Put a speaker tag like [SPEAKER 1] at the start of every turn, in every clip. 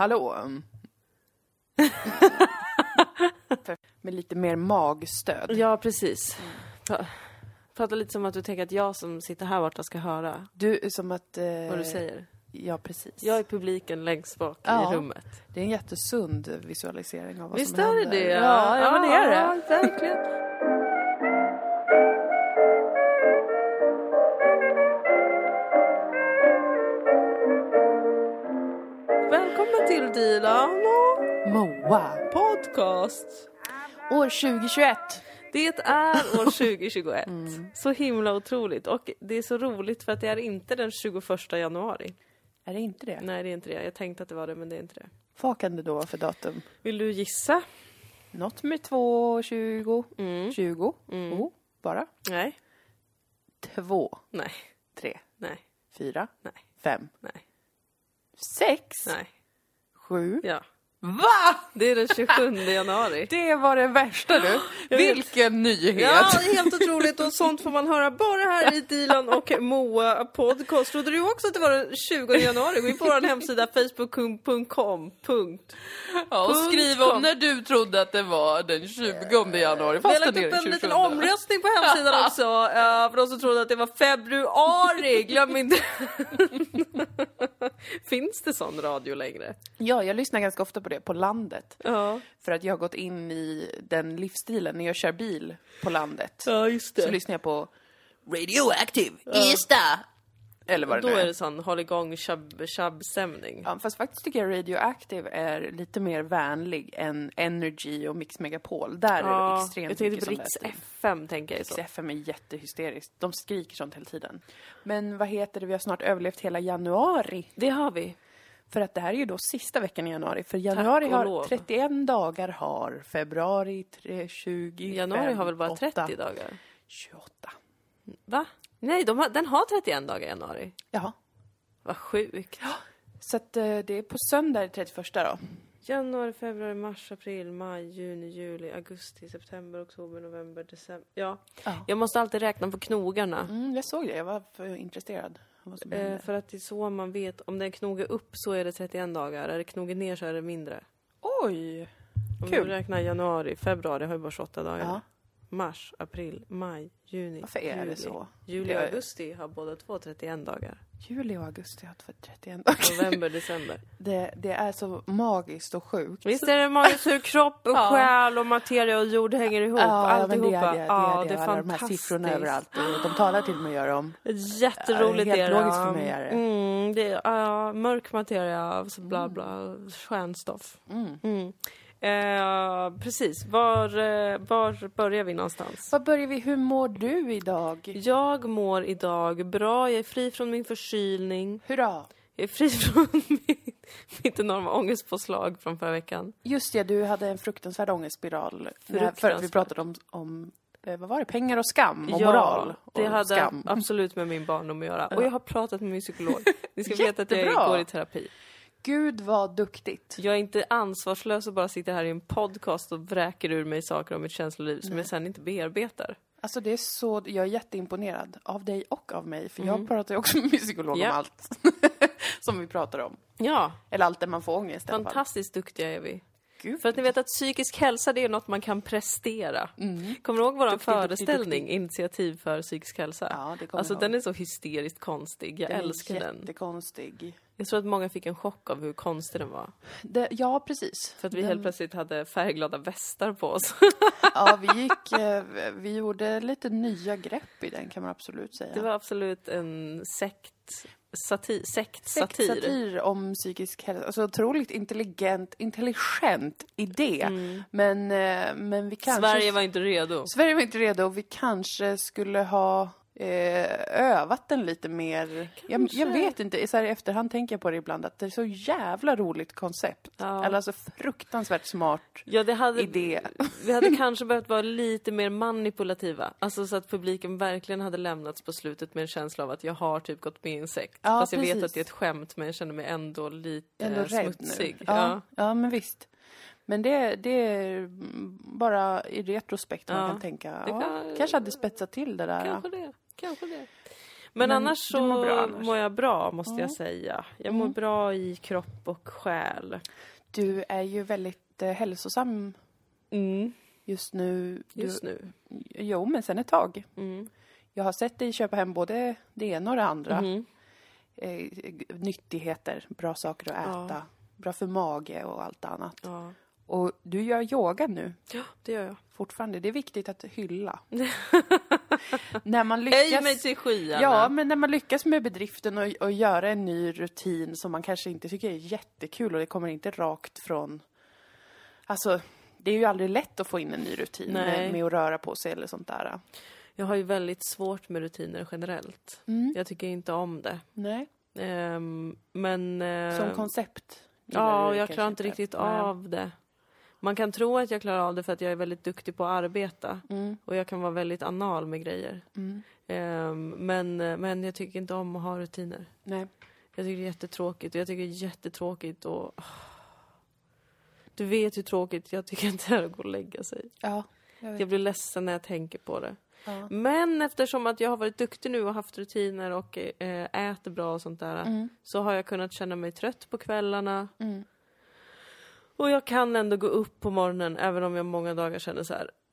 [SPEAKER 1] Hallå. Med lite mer magstöd.
[SPEAKER 2] Ja, precis. Prata lite som att du tänker att jag som sitter här borta ska höra.
[SPEAKER 1] Du, som att...
[SPEAKER 2] vad du säger.
[SPEAKER 1] Ja, precis.
[SPEAKER 2] Jag är publiken längst bak i rummet.
[SPEAKER 1] Det är en jättesund visualisering av vad
[SPEAKER 2] Visst
[SPEAKER 1] som händer.
[SPEAKER 2] Visst är det det?
[SPEAKER 1] Ja, men det är det.
[SPEAKER 2] Ja, verkligen. Välkommen till Dilan och
[SPEAKER 1] Moa.
[SPEAKER 2] podcast.
[SPEAKER 1] År 2021.
[SPEAKER 2] Det är år 2021. Så himla otroligt. Och det är så roligt för att det är inte den 21 januari.
[SPEAKER 1] Är det inte det?
[SPEAKER 2] Nej, det är inte det. Jag tänkte att det var det, men det är inte det.
[SPEAKER 1] Vad kan det då vara för datum?
[SPEAKER 2] Vill du gissa?
[SPEAKER 1] Något med 2, 20. 20. Oh, bara.
[SPEAKER 2] Nej.
[SPEAKER 1] 2.
[SPEAKER 2] Nej.
[SPEAKER 1] 3.
[SPEAKER 2] Nej.
[SPEAKER 1] 4.
[SPEAKER 2] Nej.
[SPEAKER 1] 5.
[SPEAKER 2] Nej.
[SPEAKER 1] 6.
[SPEAKER 2] Nej.
[SPEAKER 1] 7.
[SPEAKER 2] Ja.
[SPEAKER 1] Va?
[SPEAKER 2] Det är den 27 januari.
[SPEAKER 1] Det var det värsta du. Vilken nyhet.
[SPEAKER 2] Ja, helt otroligt. Och sånt får man höra bara här i Dilan och Moa podcast. Trodde du också att det var den 20 januari? Gå in på vår hemsida facebook.com.
[SPEAKER 1] Ja, och skriv om när du trodde att det var den 20 januari. Fast
[SPEAKER 2] vi har lagt upp en liten omröstning på hemsidan också. För de som trodde att det var februari. Glöm inte. Finns det sån radio längre?
[SPEAKER 1] Ja, jag lyssnar ganska ofta på det på landet.
[SPEAKER 2] Ja.
[SPEAKER 1] För att jag har gått in i den livsstilen när jag kör bil på landet.
[SPEAKER 2] Ja, just det.
[SPEAKER 1] Så lyssnar jag på Radioactive Ista. Eller vad det
[SPEAKER 2] då
[SPEAKER 1] nu
[SPEAKER 2] är det sån håll igång tjabb-stämning.
[SPEAKER 1] Ja, fast faktiskt tycker jag Radioactive är lite mer vänlig än Energy och Mix Megapol. Där är det extremt
[SPEAKER 2] jag
[SPEAKER 1] mycket som
[SPEAKER 2] Riks
[SPEAKER 1] lät.
[SPEAKER 2] FM tänker jag
[SPEAKER 1] Riks
[SPEAKER 2] så.
[SPEAKER 1] FM är jättehysteriskt. De skriker sånt hela tiden. Men vad heter det? Vi har snart överlevt hela januari.
[SPEAKER 2] Det har vi.
[SPEAKER 1] För att det här är ju då sista veckan i januari. För januari har
[SPEAKER 2] lov.
[SPEAKER 1] 31 dagar, har februari 20.
[SPEAKER 2] Januari har väl bara 30 dagar?
[SPEAKER 1] 28.
[SPEAKER 2] Va? Nej, den har 31 dagar i januari.
[SPEAKER 1] Ja.
[SPEAKER 2] Vad sjukt.
[SPEAKER 1] Så att det är på söndag 31 då.
[SPEAKER 2] Januari, februari, mars, april, maj, juni, juli, augusti, september, oktober, november, december. Ja. Jag måste alltid räkna på knogarna.
[SPEAKER 1] Jag såg det. Jag var för intresserad.
[SPEAKER 2] För att det är så man vet. Om den knogar upp så är det 31 dagar. Är det knogar ner så är det mindre.
[SPEAKER 1] Oj!
[SPEAKER 2] Om
[SPEAKER 1] Kul.
[SPEAKER 2] du räknar januari, februari har ju bara 28 dagar.
[SPEAKER 1] Ja.
[SPEAKER 2] Mars, april, maj, juni,
[SPEAKER 1] Varför är det så?
[SPEAKER 2] Juli och augusti har båda 31 dagar.
[SPEAKER 1] Juli och augusti har 31 dagar.
[SPEAKER 2] November, december.
[SPEAKER 1] Det är så magiskt och sjukt.
[SPEAKER 2] Visst är det magiskt hur kropp och själ och materia och jord hänger ihop? Alltihopa.
[SPEAKER 1] Det är
[SPEAKER 2] alla
[SPEAKER 1] de här siffrorna överallt. De talar till mig och gör dem.
[SPEAKER 2] Jätteroligt
[SPEAKER 1] helt
[SPEAKER 2] är det.
[SPEAKER 1] logiskt för mig är det.
[SPEAKER 2] Det är mörk materia, så bla bla, stjärnstoff. Precis. Var börjar vi någonstans?
[SPEAKER 1] Var börjar vi? Hur mår du idag?
[SPEAKER 2] Jag mår idag bra. Jag är fri från min förkylning.
[SPEAKER 1] Hurra!
[SPEAKER 2] Jag är fri från mitt enorma ångestpåslag från förra veckan.
[SPEAKER 1] Just det, du hade en fruktansvärd ångestspiral. För att vi pratade om vad var det? Pengar och skam och moral. Och
[SPEAKER 2] det hade
[SPEAKER 1] skam.
[SPEAKER 2] absolut med min barndom att göra. Och jag har pratat med min psykolog. Ni ska veta att jag går i terapi.
[SPEAKER 1] Gud vad duktigt.
[SPEAKER 2] Jag är inte ansvarslös och bara sitter här i en podcast och vräker ur mig saker om mitt känsloliv som jag sen inte bearbetar.
[SPEAKER 1] Alltså det är så, jag är jätteimponerad av dig och av mig. För jag pratar ju också med min psykolog om allt som vi pratar om.
[SPEAKER 2] Ja.
[SPEAKER 1] Eller allt där man får ångest i alla fall.
[SPEAKER 2] Fantastiskt duktiga är vi.
[SPEAKER 1] Gud.
[SPEAKER 2] För att ni vet att psykisk hälsa, det är något man kan prestera. Kommer du ihåg vår föreställning, Initiativ för psykisk hälsa?
[SPEAKER 1] Ja, det kommer
[SPEAKER 2] alltså
[SPEAKER 1] jag
[SPEAKER 2] den är så hysteriskt konstig. Jag älskar den.
[SPEAKER 1] Jättekonstig.
[SPEAKER 2] Jag tror att många fick en chock av hur konstig den var.
[SPEAKER 1] Ja, precis.
[SPEAKER 2] För att vi helt plötsligt hade färgglada västar på oss.
[SPEAKER 1] Ja, vi gjorde lite nya grepp i den, kan man absolut säga.
[SPEAKER 2] Det var absolut en
[SPEAKER 1] sektsatir om psykisk hälsa. Alltså otroligt intelligent idé. Men vi kanske...
[SPEAKER 2] Sverige var inte redo.
[SPEAKER 1] Sverige var inte redo och vi kanske skulle ha övat den lite mer. Jag vet inte, så här i efterhand tänker jag på det ibland att det är så jävla roligt koncept.
[SPEAKER 2] Ja.
[SPEAKER 1] Eller alltså fruktansvärt smart idé.
[SPEAKER 2] Vi hade kanske behövt vara lite mer manipulativa. Alltså så att publiken verkligen hade lämnats på slutet med en känsla av att jag har typ gått med i en sekt.
[SPEAKER 1] Ja,
[SPEAKER 2] fast jag vet
[SPEAKER 1] precis.
[SPEAKER 2] att det är ett skämt, men jag känner mig ändå lite
[SPEAKER 1] rädd
[SPEAKER 2] smutsig.
[SPEAKER 1] Nu. Ja, men visst. Men det är bara i retrospekt man kan tänka. Kanske hade spetsat till det där.
[SPEAKER 2] Kanske det. Men annars så
[SPEAKER 1] mår bra annars.
[SPEAKER 2] mår jag bra, måste jag säga. Jag mår bra i kropp och själ.
[SPEAKER 1] Du är ju väldigt hälsosam just nu. Jo, men sen ett tag. Jag har sett dig köpa hem både det ena och det andra. Nyttigheter, bra saker att äta. Bra för mage och allt annat.
[SPEAKER 2] Ja.
[SPEAKER 1] Och du gör yoga nu.
[SPEAKER 2] Ja, det gör jag.
[SPEAKER 1] Fortfarande. Det är viktigt att hylla. När man lyckas...
[SPEAKER 2] Höj mig till skyarna.
[SPEAKER 1] Ja, men när man lyckas med bedriften och göra en ny rutin som man kanske inte tycker är jättekul och det kommer inte rakt från... Alltså, det är ju aldrig lätt att få in en ny rutin med att röra på sig eller sånt där.
[SPEAKER 2] Jag har ju väldigt svårt med rutiner generellt. Jag tycker inte om det.
[SPEAKER 1] Nej.
[SPEAKER 2] Men...
[SPEAKER 1] Som koncept.
[SPEAKER 2] Ja, jag klarar inte riktigt av det. Man kan tro att jag klarar av det för att jag är väldigt duktig på att arbeta. Och jag kan vara väldigt anal med grejer. Men jag tycker inte om att ha rutiner.
[SPEAKER 1] Nej.
[SPEAKER 2] Jag tycker det är jättetråkigt. Och jag tycker det är jättetråkigt. Du vet hur tråkigt jag tycker inte det är att gå och lägga sig.
[SPEAKER 1] Ja,
[SPEAKER 2] jag blir ledsen när jag tänker på det.
[SPEAKER 1] Ja.
[SPEAKER 2] Men eftersom att jag har varit duktig nu och haft rutiner och äter bra och sånt där. Så har jag kunnat känna mig trött på kvällarna. Och jag kan ändå gå upp på morgonen även om jag många dagar känner så här.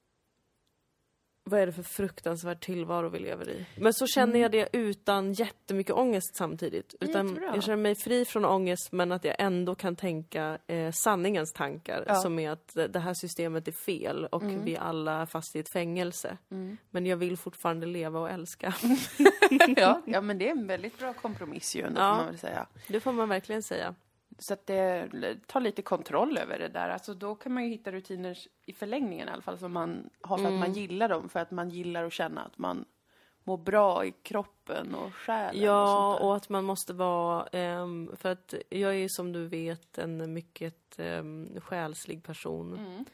[SPEAKER 2] Vad är det för fruktansvärd tillvaro vi lever i? Men så känner jag det utan jättemycket ångest samtidigt. Utan jag känner mig fri från ångest men att jag ändå kan tänka sanningens tankar. Ja. Som är att det här systemet är fel och vi alla är fast i ett fängelse. Men jag vill fortfarande leva och älska.
[SPEAKER 1] ja, men det är en väldigt bra kompromiss ju, får man väl säga.
[SPEAKER 2] Det får man verkligen säga.
[SPEAKER 1] Så att det tar lite kontroll över det där. Alltså då kan man ju hitta rutiner i förlängningen i alla fall som man har för att man gillar dem. För att man gillar att känna att man mår bra i kroppen och själen.
[SPEAKER 2] Ja, och att man måste vara... för att jag är som du vet en mycket själslig person.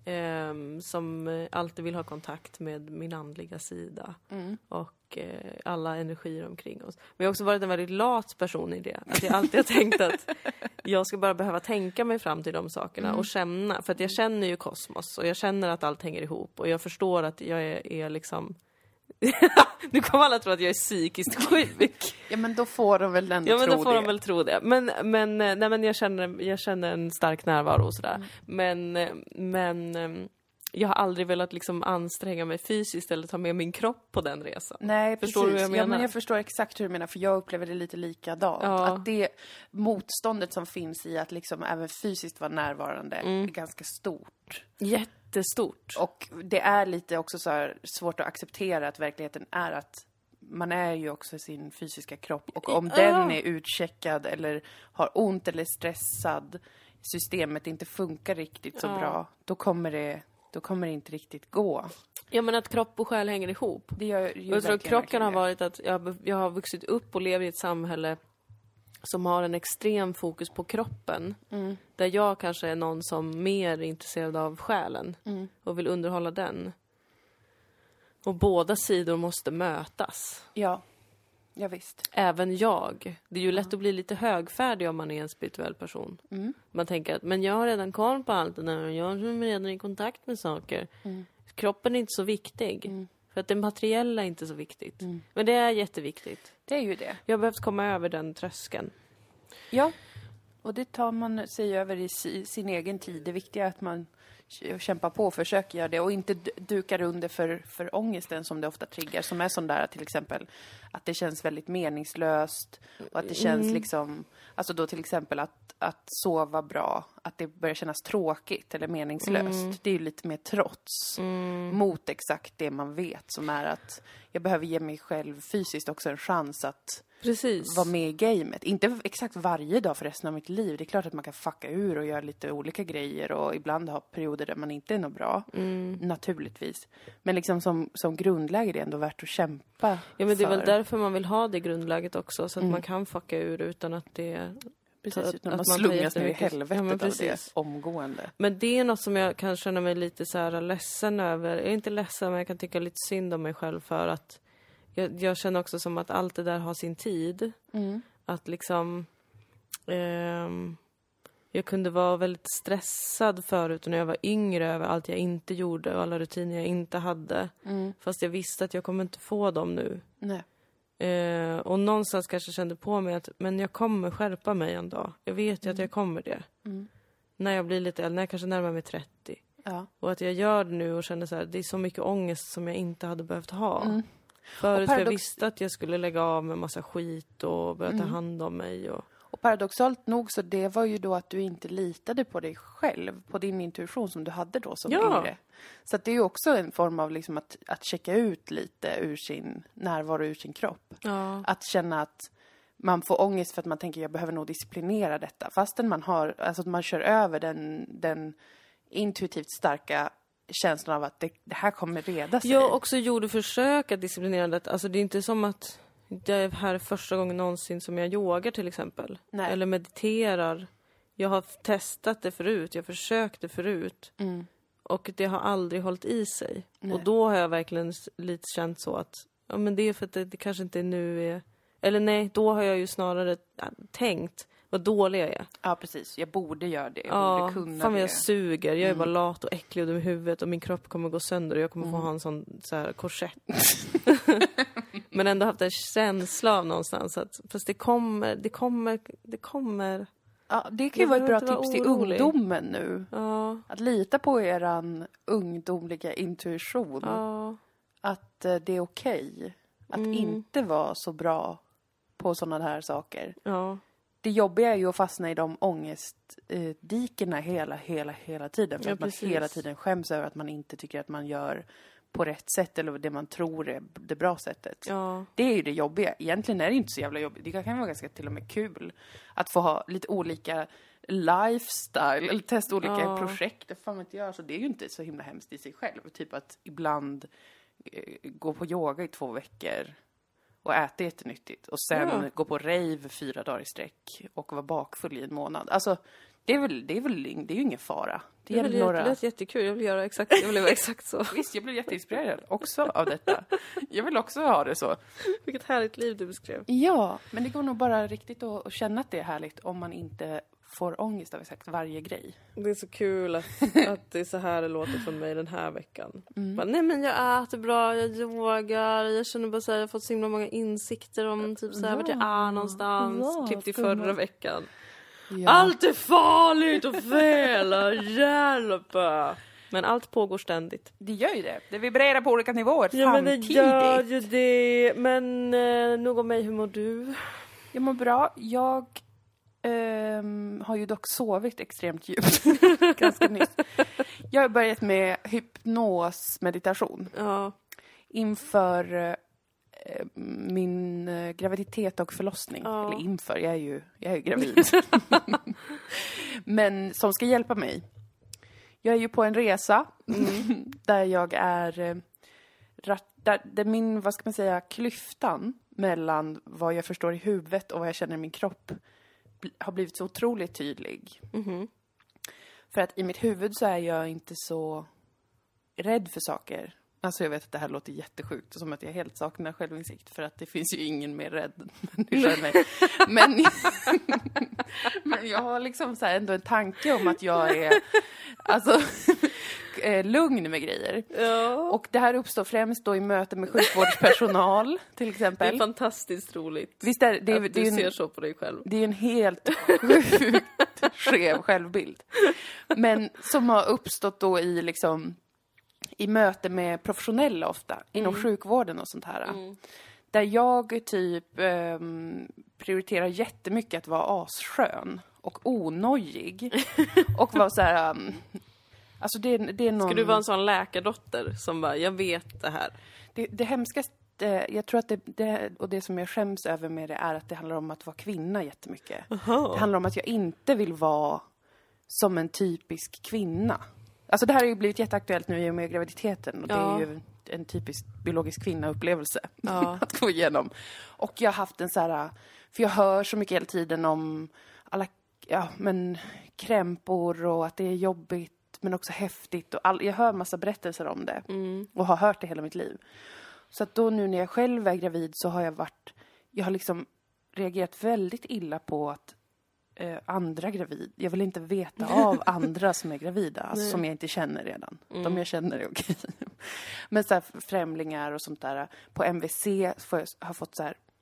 [SPEAKER 2] Som alltid vill ha kontakt med min andliga sida. Och alla energier omkring oss. Men jag har också varit en väldigt lat person i det. Att jag alltid har tänkt att jag ska bara behöva tänka mig fram till de sakerna. Och känna. För att jag känner ju kosmos. Och jag känner att allt hänger ihop. Och jag förstår att jag är liksom... Nu kommer alla tro att jag är psykiskt sjuk.
[SPEAKER 1] Ja, men då får de väl ändå tro det.
[SPEAKER 2] Ja, men då får de väl tro det. Men jag känner en stark närvaro och sådär. Men jag har aldrig velat liksom anstränga mig fysiskt eller ta med min kropp på den resan.
[SPEAKER 1] Nej,
[SPEAKER 2] förstår
[SPEAKER 1] precis.
[SPEAKER 2] Du hur jag menar?
[SPEAKER 1] Ja, men jag förstår exakt hur du menar, för jag upplever det lite likadant.
[SPEAKER 2] Ja.
[SPEAKER 1] Att det motståndet som finns i att liksom även fysiskt vara närvarande är ganska stort.
[SPEAKER 2] Jättestort.
[SPEAKER 1] Och det är lite också så här svårt att acceptera att verkligheten är att man är ju också sin fysiska kropp. Och om den är utcheckad eller har ont eller stressad, systemet inte funkar riktigt så bra, då kommer det inte riktigt gå.
[SPEAKER 2] Ja, men att kropp och själ hänger ihop.
[SPEAKER 1] Det gör ju
[SPEAKER 2] jag tror att krocken har varit att jag har vuxit upp och lever i ett samhälle som har en extrem fokus på kroppen. Där jag kanske är någon som mer är intresserad av själen. Och vill underhålla den. Och båda sidor måste mötas.
[SPEAKER 1] Ja visst.
[SPEAKER 2] Även jag. Det är ju lätt att bli lite högfärdig om man är en spirituell person. Man tänker att men jag har redan koll på allt det där. Jag är redan i kontakt med saker. Kroppen är inte så viktig. För att det materiella är inte så viktigt. Men det är jätteviktigt.
[SPEAKER 1] Det är ju det.
[SPEAKER 2] Jag har behövt komma över den tröskeln.
[SPEAKER 1] Ja, och det tar man sig över i sin egen tid. Det viktiga är att man kämpar på och försöker göra det. Och inte dukar under för ångesten som det ofta triggar. Som är sån där till exempel att det känns väldigt meningslöst. Och att det känns liksom, alltså då till exempel att sova bra. Att det börjar kännas tråkigt eller meningslöst. Det är ju lite mer trots mot exakt det man vet. Som är att jag behöver ge mig själv fysiskt också en chans att vara med i gamet. Inte exakt varje dag för resten av mitt liv. Det är klart att man kan fucka ur och göra lite olika grejer. Och ibland ha perioder där man inte är något bra. Naturligtvis. Men liksom som grundläge är det ändå värt att kämpa.
[SPEAKER 2] Ja, men det är väl därför man vill ha det grundläget också. Så att man kan fucka ur utan att det...
[SPEAKER 1] Precis, utan att man slungas ner i helvetet av det omgående.
[SPEAKER 2] Men det är något som jag kan känna mig lite så här ledsen över. Jag är inte ledsen, men jag kan tycka lite synd om mig själv för att jag känner också som att allt det där har sin tid. Att liksom jag kunde vara väldigt stressad förut när jag var yngre över allt jag inte gjorde och alla rutiner jag inte hade. Fast jag visste att jag kommer inte få dem nu.
[SPEAKER 1] Nej.
[SPEAKER 2] Och någonstans kanske kände på mig att men jag kommer skärpa mig en dag. Jag vet ju att jag kommer det. När jag blir lite äldre, när jag kanske närmar mig 30.
[SPEAKER 1] Ja.
[SPEAKER 2] Och att jag gör det nu och känner så här, det är så mycket ångest som jag inte hade behövt ha. Förut jag visste att jag skulle lägga av med massa skit och börja ta hand om mig.
[SPEAKER 1] Och paradoxalt nog så det var ju då att du inte litade på dig själv, på din intuition som du hade då som yngre. Så att det är ju också en form av liksom att checka ut lite ur sin närvaro, ur sin kropp.
[SPEAKER 2] Ja.
[SPEAKER 1] Att känna att man får ångest för att man tänker jag behöver nog disciplinera detta. Fastän man har, alltså att man kör över den intuitivt starka känslan av att det här kommer reda sig.
[SPEAKER 2] Jag också gjorde försök att disciplinera det. Alltså det är inte som att det här är första gången någonsin som jag yogar till exempel.
[SPEAKER 1] Nej.
[SPEAKER 2] Eller mediterar. Jag har testat det förut. Jag försökte förut. Och det har aldrig hållit i sig.
[SPEAKER 1] Nej.
[SPEAKER 2] Och då har jag verkligen lite känt så att ja, men det är för att det kanske inte nu är... Eller nej, då har jag ju snarare tänkt vad dålig jag är.
[SPEAKER 1] Ja, precis. Jag borde göra det. Jag borde kunna
[SPEAKER 2] fan
[SPEAKER 1] det.
[SPEAKER 2] jag suger. Jag är bara lat och äcklig under huvudet och min kropp kommer gå sönder och jag kommer få ha en sån så här korsett. Men ändå haft en känsla av någonstans att fast det kommer.
[SPEAKER 1] Ja, det kan ju vara ett bra tips till ungdomen nu.
[SPEAKER 2] Ja.
[SPEAKER 1] Att lita på eran ungdomliga intuition.
[SPEAKER 2] Ja.
[SPEAKER 1] Att det är okej. Att inte vara så bra på sådana här saker.
[SPEAKER 2] Ja.
[SPEAKER 1] Det jobbiga är ju att fastna i de ångestdikerna hela tiden. För att man hela tiden skäms över att man inte tycker att man gör på rätt sätt. Eller det man tror är det bra sättet.
[SPEAKER 2] Ja.
[SPEAKER 1] Det är ju det jobbiga. Egentligen är det inte så jävla jobbigt. Det kan vara ganska till och med kul. Att få ha lite olika lifestyle. Eller testa olika projekt. Det fan inte jag. Så det är ju inte så himla hemskt i sig själv. Typ att ibland gå på yoga i 2 veckor. Och äta jättenyttigt. Och sen gå på rave 4 dagar i sträck. Och vara bakfull i 1 månad. Alltså, det är ju ingen fara.
[SPEAKER 2] Det lät jättekul. Jag vill vara exakt så.
[SPEAKER 1] Visst, jag blev jätteinspirerad också av detta. Jag vill också ha det så.
[SPEAKER 2] Vilket härligt liv du beskrev.
[SPEAKER 1] Ja, men det går nog bara riktigt att känna att det är härligt. Om man inte får ångest av exakt varje grej.
[SPEAKER 2] Det är så kul att det är så här det låter från mig den här veckan. Bara, nej men jag äter bra, jag yogar, jag känner bara så här, jag har fått så himla många insikter om typ så här vart jag är någonstans. Klippt i förra veckan. Ja. Allt är farligt och fel, hjälp! Men allt pågår ständigt.
[SPEAKER 1] Det gör ju det. Det vibrerar på olika nivåer
[SPEAKER 2] ja,
[SPEAKER 1] samtidigt.
[SPEAKER 2] Men det gör ju det. Men nog om mig, hur mår du?
[SPEAKER 1] Jag mår bra. Jag har ju dock sovit extremt djupt. Ganska nyss. Jag har börjat med hypnosmeditation.
[SPEAKER 2] Ja.
[SPEAKER 1] Inför min graviditet och förlossning.
[SPEAKER 2] Ja.
[SPEAKER 1] Eller inför, jag är ju gravid. Men som ska hjälpa mig. Jag är ju på en resa där jag är där min, vad ska man säga, klyftan mellan vad jag förstår i huvudet och vad jag känner i min kropp har blivit så otroligt tydlig. För att i mitt huvud så är jag inte så rädd för saker. Alltså jag vet att det här låter jättesjukt, som att jag helt saknar självinsikt, för att det finns ju ingen mer rädd människa än mig. Men jag har liksom så här ändå en tanke om att jag är alltså lugn med grejer.
[SPEAKER 2] Ja.
[SPEAKER 1] Och det här uppstår främst då i möte med sjukvårdspersonal till exempel.
[SPEAKER 2] Det är fantastiskt roligt.
[SPEAKER 1] Visst är det
[SPEAKER 2] att du ser så på dig själv.
[SPEAKER 1] Det är en helt sjukt skev självbild. Men som har uppstått då i liksom i möte med professionella ofta, inom sjukvården och sånt här. Där jag typ prioriterar jättemycket att vara asskön och onojig. Och vara så här... alltså det är någon...
[SPEAKER 2] Ska du vara en sån läkardotter som bara, jag vet det här?
[SPEAKER 1] Det hemskaste, jag tror att det som jag skäms över med det är att det handlar om att vara kvinna jättemycket. Det handlar om att jag inte vill vara som en typisk kvinna. Alltså det här har ju blivit jätteaktuellt nu i och med graviditeten. Och det är ju en typisk biologisk kvinnaupplevelse att gå igenom. Och jag har haft en så här... För jag hör så mycket hela tiden om alla krämpor och att det är jobbigt men också häftigt. Och jag hör massa berättelser om det. Och har hört det hela mitt liv. Så att då nu när jag själv är gravid så har jag har liksom reagerat väldigt illa på att andra gravid. Jag vill inte veta av andra som är gravida. Alltså, som jag inte känner redan. De jag känner är okej. Men så här främlingar och sånt där. På MVC har fått så här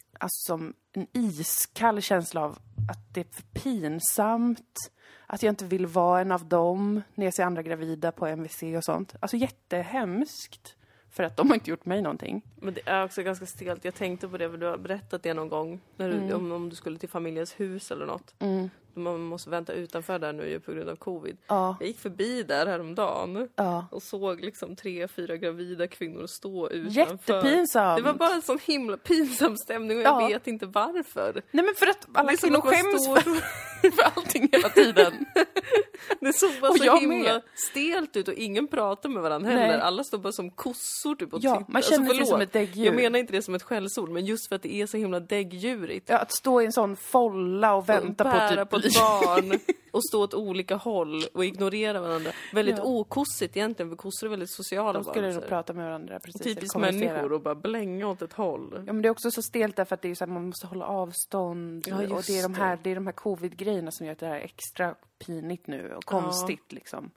[SPEAKER 1] alltså som en iskall känsla av att det är för pinsamt. Att jag inte vill vara en av dem när jag ser andra gravida på MVC och sånt. Alltså jättehemskt. För att de har inte gjort mig någonting.
[SPEAKER 2] Men det är också ganska stelt. Jag tänkte på det, för du har berättat det någon gång. När du, om du skulle till familjens hus eller något. Man måste vänta utanför där nu på grund av covid.
[SPEAKER 1] Ja.
[SPEAKER 2] Jag gick förbi där häromdagen.
[SPEAKER 1] Ja.
[SPEAKER 2] Och såg liksom 3-4 gravida kvinnor stå utanför.
[SPEAKER 1] Jättepinsamt.
[SPEAKER 2] Det var bara en sån himla pinsam stämning och jag vet inte varför.
[SPEAKER 1] Nej, men för att alla
[SPEAKER 2] som
[SPEAKER 1] kvinnor
[SPEAKER 2] att man
[SPEAKER 1] skäms
[SPEAKER 2] står-
[SPEAKER 1] för allting hela tiden.
[SPEAKER 2] Det såg bara
[SPEAKER 1] Och
[SPEAKER 2] så
[SPEAKER 1] jag
[SPEAKER 2] himla
[SPEAKER 1] med.
[SPEAKER 2] stelt ut och ingen pratar med varandra heller.
[SPEAKER 1] Nej.
[SPEAKER 2] Alla står bara som kossor typ och
[SPEAKER 1] Ja,
[SPEAKER 2] tittar.
[SPEAKER 1] man känner sig som ett däggdjur.
[SPEAKER 2] Jag menar inte det som ett skällsord, men just för att det är så himla däggdjurigt.
[SPEAKER 1] Ja, att stå i en sån folla och vänta
[SPEAKER 2] Bära
[SPEAKER 1] på
[SPEAKER 2] på
[SPEAKER 1] typ...
[SPEAKER 2] ett barn och stå åt olika håll och ignorera varandra. Väldigt okossigt egentligen, för kossor är väldigt sociala.
[SPEAKER 1] De skulle
[SPEAKER 2] barn,
[SPEAKER 1] nog
[SPEAKER 2] så.
[SPEAKER 1] prata med varandra precis.
[SPEAKER 2] Typiskt
[SPEAKER 1] kommunicera.
[SPEAKER 2] människor och bara blänga åt ett håll.
[SPEAKER 1] Ja, men det är också så stelt därför att det är så här, man måste hålla avstånd.
[SPEAKER 2] Ja,
[SPEAKER 1] och
[SPEAKER 2] just
[SPEAKER 1] det är de här covid-grejerna som gör att det här är extra pinigt nu och konstigt liksom.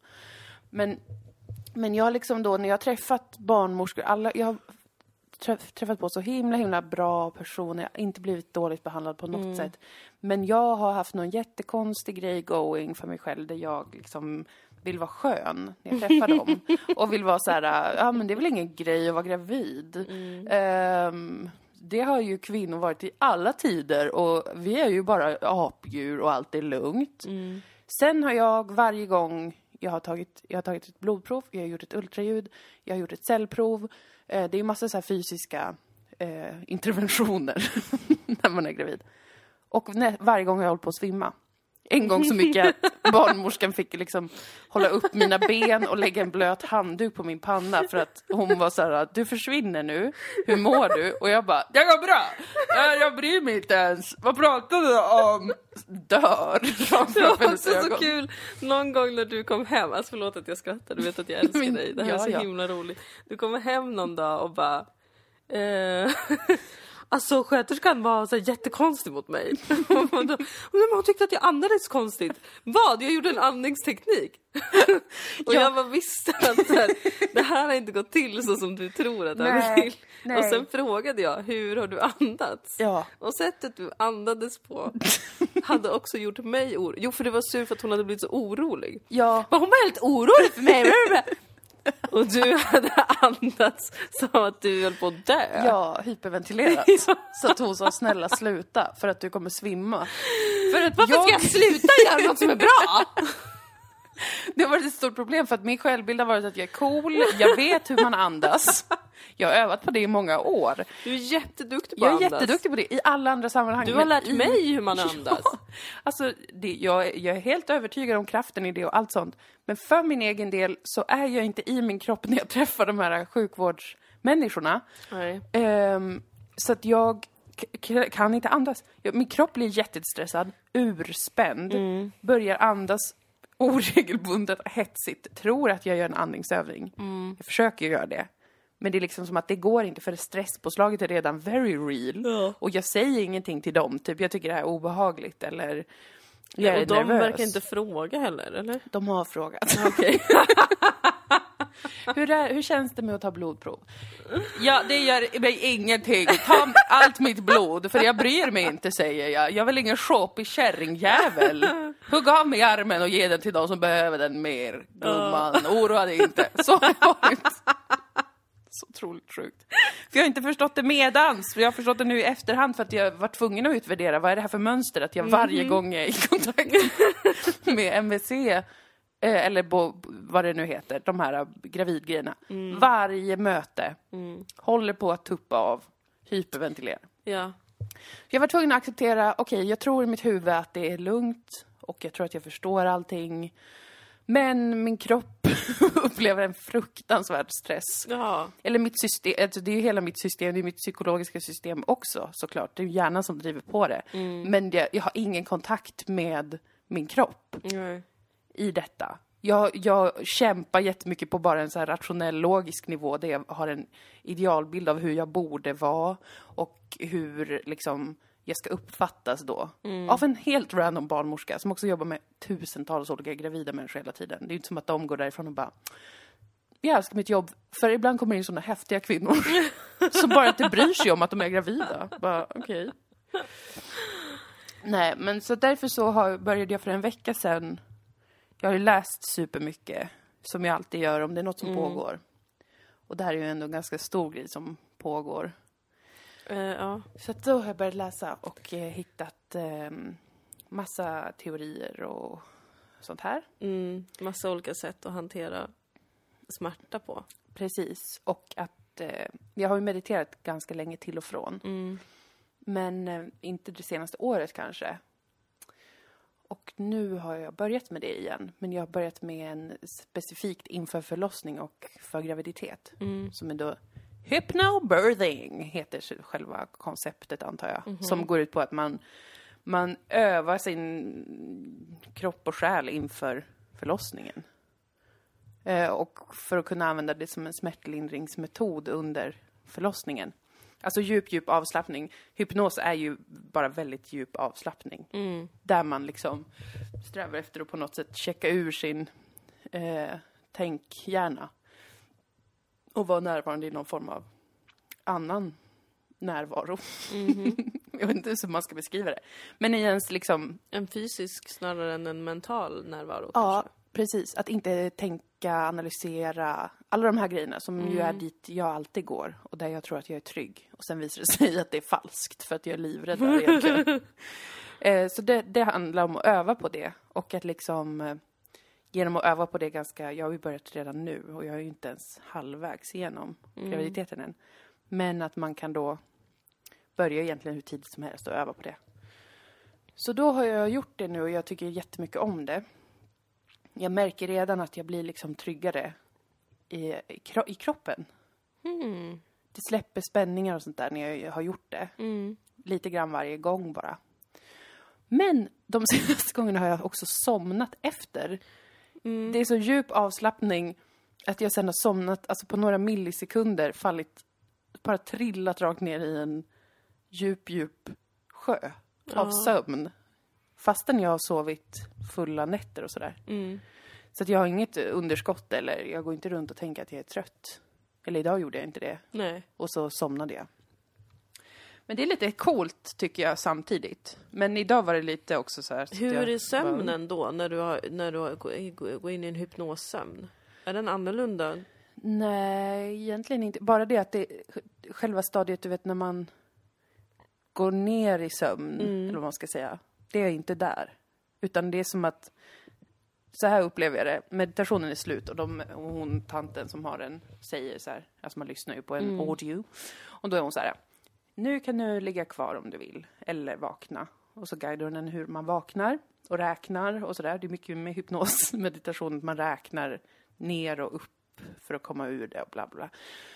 [SPEAKER 1] Men jag liksom då, när jag har träffat barnmorskor, jag har träffat på så himla bra personer. Jag har inte blivit dåligt behandlad på något sätt. Men jag har haft någon jättekonstig grej going för mig själv där jag liksom vill vara skön när jag träffar dem. Och vill vara så här, ja men det är väl ingen grej att vara gravid. Det har ju kvinnor varit i alla tider och vi är ju bara apdjur och allt är lugnt. Sen har jag varje gång jag har tagit ett blodprov, jag har gjort ett ultraljud, jag har gjort ett cellprov. Det är ju massa så här fysiska interventioner när man är gravid. Och varje gång har jag hållit på att svimma. En gång så mycket att barnmorskan fick liksom hålla upp mina ben och lägga en blöt handduk på min panna för att hon var så här: du försvinner nu, hur mår du? Och jag bara, jag går bra, jag bryr mig inte ens, vad pratar du om? Dör.
[SPEAKER 2] Det var också så kul, någon gång när du kom hem, alltså förlåt att jag skrattar, du vet att jag älskar dig, det här är så himla roligt. Du kommer hem någon dag och bara alltså sköterskan var så jättekonstig mot mig. Hon tyckte att jag andades konstigt. Vad? Jag gjorde en andningsteknik. Och jag bara visste att det här har inte gått till så som du tror att det har gått till.
[SPEAKER 1] Nej.
[SPEAKER 2] Och sen frågade jag, hur har du andats?
[SPEAKER 1] Ja.
[SPEAKER 2] Och sättet du andades på hade också gjort mig orolig. Jo, för det var sur för att hon hade blivit så orolig.
[SPEAKER 1] Ja.
[SPEAKER 2] Men hon var helt orolig för mig. Och du hade andats som att du höll på att dö.
[SPEAKER 1] Ja, hyperventilerat. Så att hon sa, snälla sluta för att du kommer svimma. För att
[SPEAKER 2] varför ska jag sluta göra något som är bra?
[SPEAKER 1] Det har varit ett stort problem för att min självbild har varit att jag är cool, jag vet hur man andas. Jag har övat på det i många år.
[SPEAKER 2] Du är jätteduktig på
[SPEAKER 1] Jag
[SPEAKER 2] att
[SPEAKER 1] är
[SPEAKER 2] andas.
[SPEAKER 1] jätteduktig på det i alla andra sammanhang.
[SPEAKER 2] Du har lärt mig hur man andas.
[SPEAKER 1] Ja, alltså, jag är helt övertygad om kraften i det och allt sånt. Men för min egen del så är jag inte i min kropp när jag träffar de här sjukvårdsmänniskorna.
[SPEAKER 2] Nej.
[SPEAKER 1] Så att jag kan inte andas. Min kropp blir jättestressad, urspänd, börjar andas oregelbundet, hetsigt. Tror att jag gör en andningsövning. Jag försöker göra det. Men det är liksom som att det går inte för stresspåslaget är redan very real. Ja. Och jag säger ingenting till dem. Typ jag tycker det här är obehagligt eller jag är
[SPEAKER 2] och de
[SPEAKER 1] nervös.
[SPEAKER 2] verkar inte fråga heller, eller?
[SPEAKER 1] De har frågat.
[SPEAKER 2] Okej.
[SPEAKER 1] Hur känns det med att ta blodprov? Ja, det gör mig ingenting. Ta allt mitt blod, för jag bryr mig inte, säger jag. Jag vill ingen shoppig kärringjävel. Hugg av mig armen och ge den till de som behöver den mer. Gumman, oroa dig inte. Så har jag varit. Så otroligt sjukt. För jag har inte förstått det medans. För jag har förstått det nu i efterhand för att jag var tvungen att utvärdera. Vad är det här för mönster? Att jag varje gång är i kontakt med MVC eller vad det nu heter, de här gravidgrejerna. Varje möte håller på att tuppa av, hyperventilera.
[SPEAKER 2] Ja.
[SPEAKER 1] Jag var tvungen att acceptera, okej, jag tror i mitt huvud att det är lugnt och jag tror att jag förstår allting. Men min kropp upplever en fruktansvärd stress.
[SPEAKER 2] Ja.
[SPEAKER 1] Eller mitt system, alltså det är ju hela mitt system, det är mitt psykologiska system också, såklart. Det är ju hjärnan som driver på det. Men jag har ingen kontakt med min kropp i detta. Jag kämpar jättemycket på bara en så här rationell, logisk nivå där jag har en idealbild av hur jag borde vara och hur liksom jag ska uppfattas då. Av en helt random barnmorska som också jobbar med tusentals olika gravida människor hela tiden. Det är ju inte som att de går därifrån och bara jag älskar mitt jobb, för ibland kommer det in sådana häftiga kvinnor som bara inte bryr sig om att de är gravida. Bara, okej. Nej, men så därför så började jag för en vecka sedan. Jag har ju läst supermycket, som jag alltid gör om det är något som pågår. Och det här är ju ändå en ganska stor grej som pågår.
[SPEAKER 2] Ja.
[SPEAKER 1] Så att då har jag börjat läsa och hittat massa teorier och sånt här.
[SPEAKER 2] Massa olika sätt att hantera smärta på.
[SPEAKER 1] Precis, och att jag har ju mediterat ganska länge till och från. Men inte det senaste året kanske. Och nu har jag börjat med det igen. Men jag har börjat med en specifikt inför förlossning och för graviditet. Som är då hypnobirthing, heter själva konceptet antar jag. Som går ut på att man övar sin kropp och själ inför förlossningen. Och för att kunna använda det som en smärtlindringsmetod under förlossningen. Alltså djup avslappning. Hypnos är ju bara väldigt djup avslappning. Där man liksom strävar efter att på något sätt checka ur sin tänkhjärna. Och vara närvarande i någon form av annan närvaro. Jag vet inte hur man ska beskriva det. Men i ens liksom...
[SPEAKER 2] En fysisk snarare än en mental närvaro.
[SPEAKER 1] Ja,
[SPEAKER 2] kanske.
[SPEAKER 1] precis. Att inte tänka, analysera, alla de här grejerna som ju är dit jag alltid går. Och där jag tror att jag är trygg. Och sen visar det sig att det är falskt för att jag är livrädd där egentligen. Så det handlar om att öva på det. Och att liksom, genom att öva på det ganska, jag har ju börjat redan nu. Och jag är ju inte ens halvvägs igenom graviditeten än. Men att man kan då börja egentligen hur tidigt som helst och öva på det. Så då har jag gjort det nu och jag tycker jättemycket om det. Jag märker redan att jag blir liksom tryggare i kroppen. Det släpper spänningar och sånt där när jag har gjort det. Lite grann varje gång bara. Men de senaste gångerna har jag också somnat efter. Det är så djup avslappning att jag sen har somnat, alltså på några millisekunder fallit, bara trillat rakt ner i en djup sjö av sömn. Fastän jag har sovit fulla nätter och sådär. Så att jag har inget underskott eller jag går inte runt och tänker att jag är trött. Eller idag gjorde jag inte det.
[SPEAKER 2] Nej.
[SPEAKER 1] Och så somnade jag. Men det är lite coolt tycker jag samtidigt. Men idag var det lite också så här. Så
[SPEAKER 2] hur är sömnen då när du går in i en hypnossömn? Är den annorlunda?
[SPEAKER 1] Nej, egentligen inte. Bara det att det själva stadiet, du vet, när man går ner i sömn, eller vad man ska säga. Det är inte där. Utan det är som att, så här upplever jag det. Meditationen är slut och hon, tanten som har den, säger så här. Alltså man lyssnar ju på en audio. Och då är hon så här. Nu kan du ligga kvar om du vill. Eller vakna. Och så guidar hon en hur man vaknar. Och räknar och sådär. Det är mycket med hypnosmeditation. Man räknar ner och upp för att komma ur det och bla bla.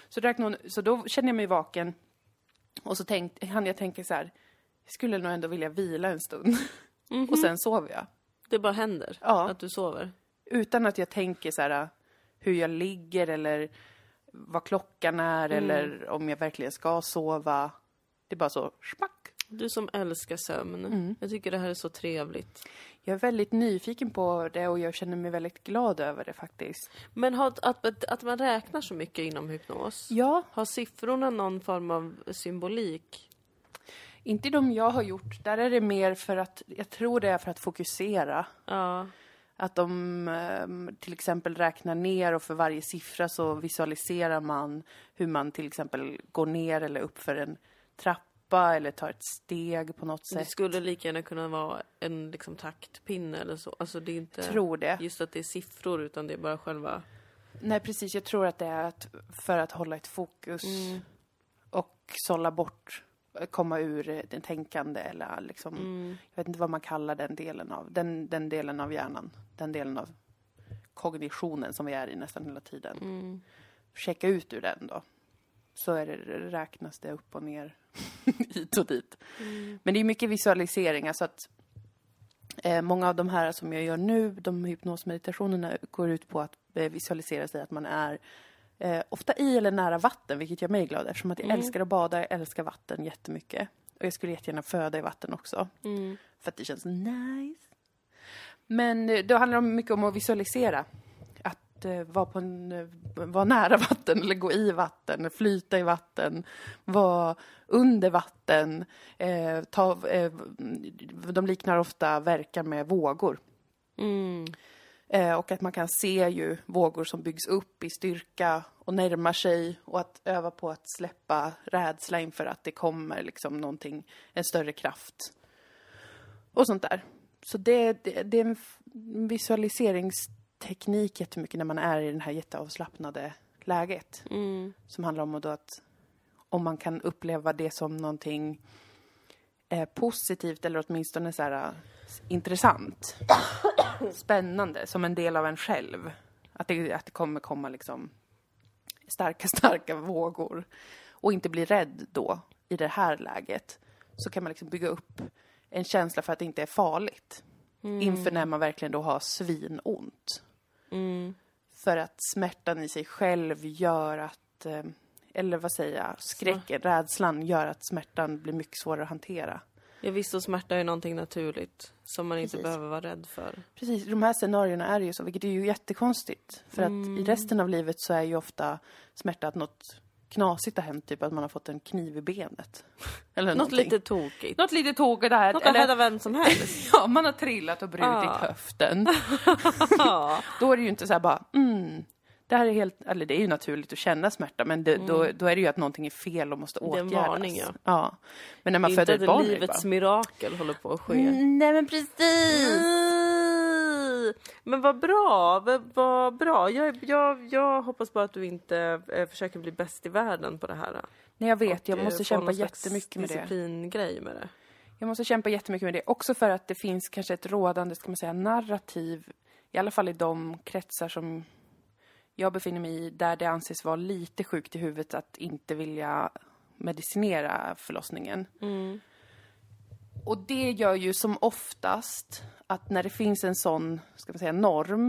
[SPEAKER 1] Så då känner jag mig vaken. Och så hann jag tänka så här. Jag skulle nog ändå vilja vila en stund. Och sen sover jag.
[SPEAKER 2] Det bara händer att du sover?
[SPEAKER 1] Utan att jag tänker så här hur jag ligger eller vad klockan är eller om jag verkligen ska sova. Det är bara så smack.
[SPEAKER 2] Du som älskar sömn. Jag tycker det här är så trevligt.
[SPEAKER 1] Jag är väldigt nyfiken på det och jag känner mig väldigt glad över det faktiskt.
[SPEAKER 2] Men att man räknar så mycket inom hypnos?
[SPEAKER 1] Ja.
[SPEAKER 2] Har siffrorna någon form av symbolik?
[SPEAKER 1] Inte de jag har gjort. Där är det mer för att, jag tror det är för att fokusera.
[SPEAKER 2] Ja.
[SPEAKER 1] Att de till exempel räknar ner och för varje siffra så visualiserar man hur man till exempel går ner eller upp för en trappa eller tar ett steg på något sätt.
[SPEAKER 2] Det skulle lika gärna kunna vara en liksom taktpinne eller så. Alltså det är inte
[SPEAKER 1] tror det.
[SPEAKER 2] Just att det är siffror utan det är bara själva...
[SPEAKER 1] Nej precis, jag tror att det är för att hålla ett fokus och sålla bort, komma ur den tänkande eller liksom, jag vet inte vad man kallar den delen av, den delen av hjärnan, den delen av kognitionen som vi är i nästan hela tiden. Checka ut ur den då. Så räknas det upp och ner hit och dit. Men det är mycket visualiseringar så att många av de här som jag gör nu, de hypnosmeditationerna går ut på att visualisera sig att man är ofta i eller nära vatten, vilket gör mig glad eftersom att jag älskar att bada, jag älskar vatten jättemycket. Och jag skulle jättegärna föda i vatten också. För att det känns nice. Men då handlar det mycket om att visualisera. Att vara nära vatten eller gå i vatten, flyta i vatten, vara under vatten. De liknar ofta verkar med vågor. Och att man kan se ju vågor som byggs upp i styrka och närmar sig, och att öva på att släppa rädsla inför att det kommer liksom någonting, en större kraft och sånt där. Så det är en visualiseringsteknik jättemycket när man är i den här jätteavslappnade läget. Som handlar om då att om man kan uppleva det som någonting positivt eller åtminstone så här intressant, spännande, som en del av en själv. Att det kommer komma liksom starka vågor. Och inte bli rädd då i det här läget. Så kan man liksom bygga upp en känsla för att det inte är farligt. Inför när man verkligen då har svinont. För att smärtan i sig själv gör att, eller vad säger jag, skräcken, rädslan gör att smärtan blir mycket svårare att hantera.
[SPEAKER 2] Ja, visst, och smärta är någonting naturligt som man inte behöver vara rädd för.
[SPEAKER 1] Precis, de här scenarierna är ju så, vilket är ju jättekonstigt. För att i resten av livet så är ju ofta smärta att något knasigt har hänt, typ att man har fått en kniv i benet. Eller
[SPEAKER 2] något lite tokigt.
[SPEAKER 1] Något lite tokigt där.
[SPEAKER 2] Något att häda vem som helst.
[SPEAKER 1] Ja, man har trillat och brutit höften. Då är det ju inte så här bara, det här är helt, eller det är ju naturligt att känna smärta, men då är det ju att någonting är fel och måste åtgärdas.
[SPEAKER 2] Det är en varning,
[SPEAKER 1] ja. Men när man föder ett barn,
[SPEAKER 2] inte att livets mirakel håller på att ske.
[SPEAKER 1] Nej, men precis.
[SPEAKER 2] Men vad bra, vad bra. Jag hoppas bara att du inte försöker bli bäst i världen på det här.
[SPEAKER 1] Nej, jag vet. Jag måste kämpa jättemycket med det.
[SPEAKER 2] Disciplingrej med det.
[SPEAKER 1] Jag måste kämpa jättemycket med det. Också för att det finns kanske ett rådande, ska man säga, narrativ. I alla fall i de kretsar som jag befinner mig i, där det anses vara lite sjukt i huvudet att inte vilja medicinera förlossningen. Och det gör ju som oftast att när det finns en sån, ska man säga, norm,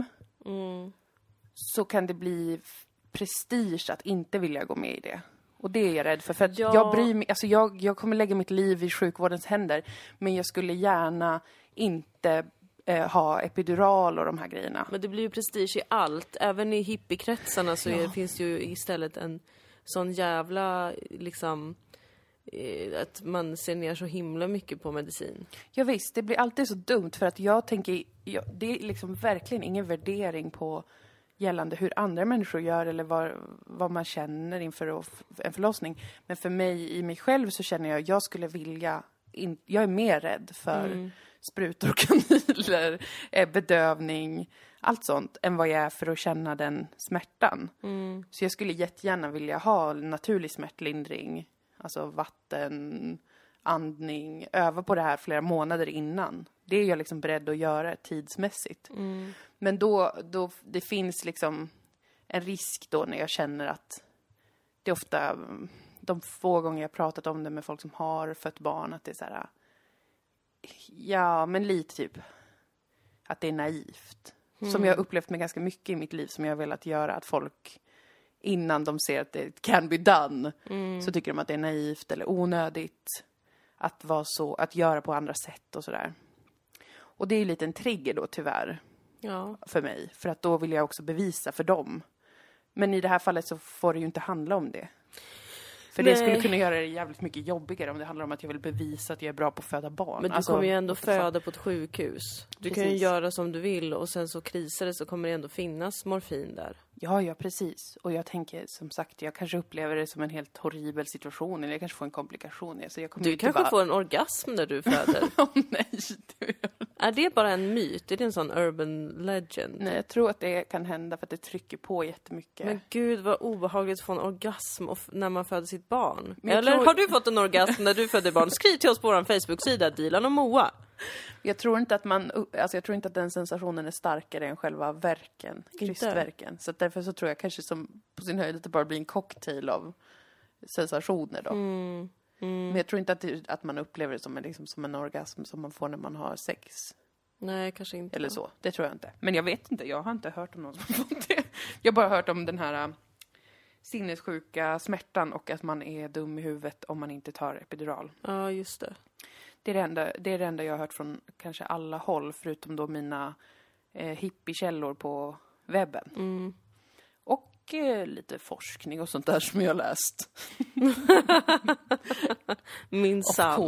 [SPEAKER 1] så kan det bli prestige att inte vilja gå med i det. Och det är jag rädd för att jag bryr mig, alltså jag kommer lägga mitt liv i sjukvårdens händer, men jag skulle gärna inte ha epidural och de här grejerna.
[SPEAKER 2] Men det blir ju prestige i allt. Även i hippiekretsarna så finns ju istället en sån jävla liksom att man ser ner så himla mycket på medicin.
[SPEAKER 1] Ja visst, det blir alltid så dumt för att jag tänker, det är liksom verkligen ingen värdering på gällande hur andra människor gör eller vad man känner inför en förlossning. Men för mig, i mig själv, så känner jag skulle vilja, jag är mer rädd för sprutor och kanyler, bedövning, allt sånt, än vad jag är för att känna den smärtan. Så jag skulle jättegärna vilja ha naturlig smärtlindring, alltså vatten, andning, öva på det här flera månader innan. Det är jag liksom beredd att göra tidsmässigt. Men då det finns liksom en risk då när jag känner att det ofta, de få gånger jag pratat om det med folk som har fött barn, att det är så här, ja, men lite typ att det är naivt. Som jag har upplevt med ganska mycket i mitt liv, som jag har velat göra, att folk innan de ser att det can be done så tycker de att det är naivt eller onödigt att vara så, att göra på andra sätt och sådär. Och det är ju lite en trigger då tyvärr för mig, för att då vill jag också bevisa för dem. Men i det här fallet så får det ju inte handla om det. För det skulle kunna göra det jävligt mycket jobbigare om det handlar om att jag vill bevisa att jag är bra på att föda barn.
[SPEAKER 2] Men du kommer ju ändå föda på ett sjukhus. Du kan ju göra som du vill, och sen så krisar det, så kommer det ändå finnas morfin där.
[SPEAKER 1] Ja, precis. Och jag tänker, som sagt, jag kanske upplever det som en helt horribel situation. Eller jag kanske får en komplikation. Så jag kommer
[SPEAKER 2] du kanske får en orgasm när du föder.
[SPEAKER 1] Nej,
[SPEAKER 2] är det bara en myt? Är det en sån urban legend?
[SPEAKER 1] Nej, jag tror att det kan hända för att det trycker på jättemycket.
[SPEAKER 2] Men gud, vad obehagligt att få en orgasm när man föder sitt barn. Eller har du fått en orgasm när du födde barn? Skriv till oss på vår Facebook-sida, Dilan och Moa.
[SPEAKER 1] Jag tror inte att den sensationen är starkare än själva verken, krystverken. Så därför så tror jag kanske som på sin höjd att det bara blir en cocktail av sensationer då. Men jag tror inte att man upplever det som en orgasm som man får när man har sex.
[SPEAKER 2] Nej, kanske inte.
[SPEAKER 1] Eller så, det tror jag inte. Men jag vet inte, jag har inte hört om någon som har fått det. Jag har bara hört om den här sinnessjuka smärtan och att man är dum i huvudet om man inte tar epidural.
[SPEAKER 2] Ja, just det.
[SPEAKER 1] Det är det enda jag har hört från kanske alla håll, förutom då mina hippiekällor på webben. lite forskning och sånt där som jag har läst.
[SPEAKER 2] Min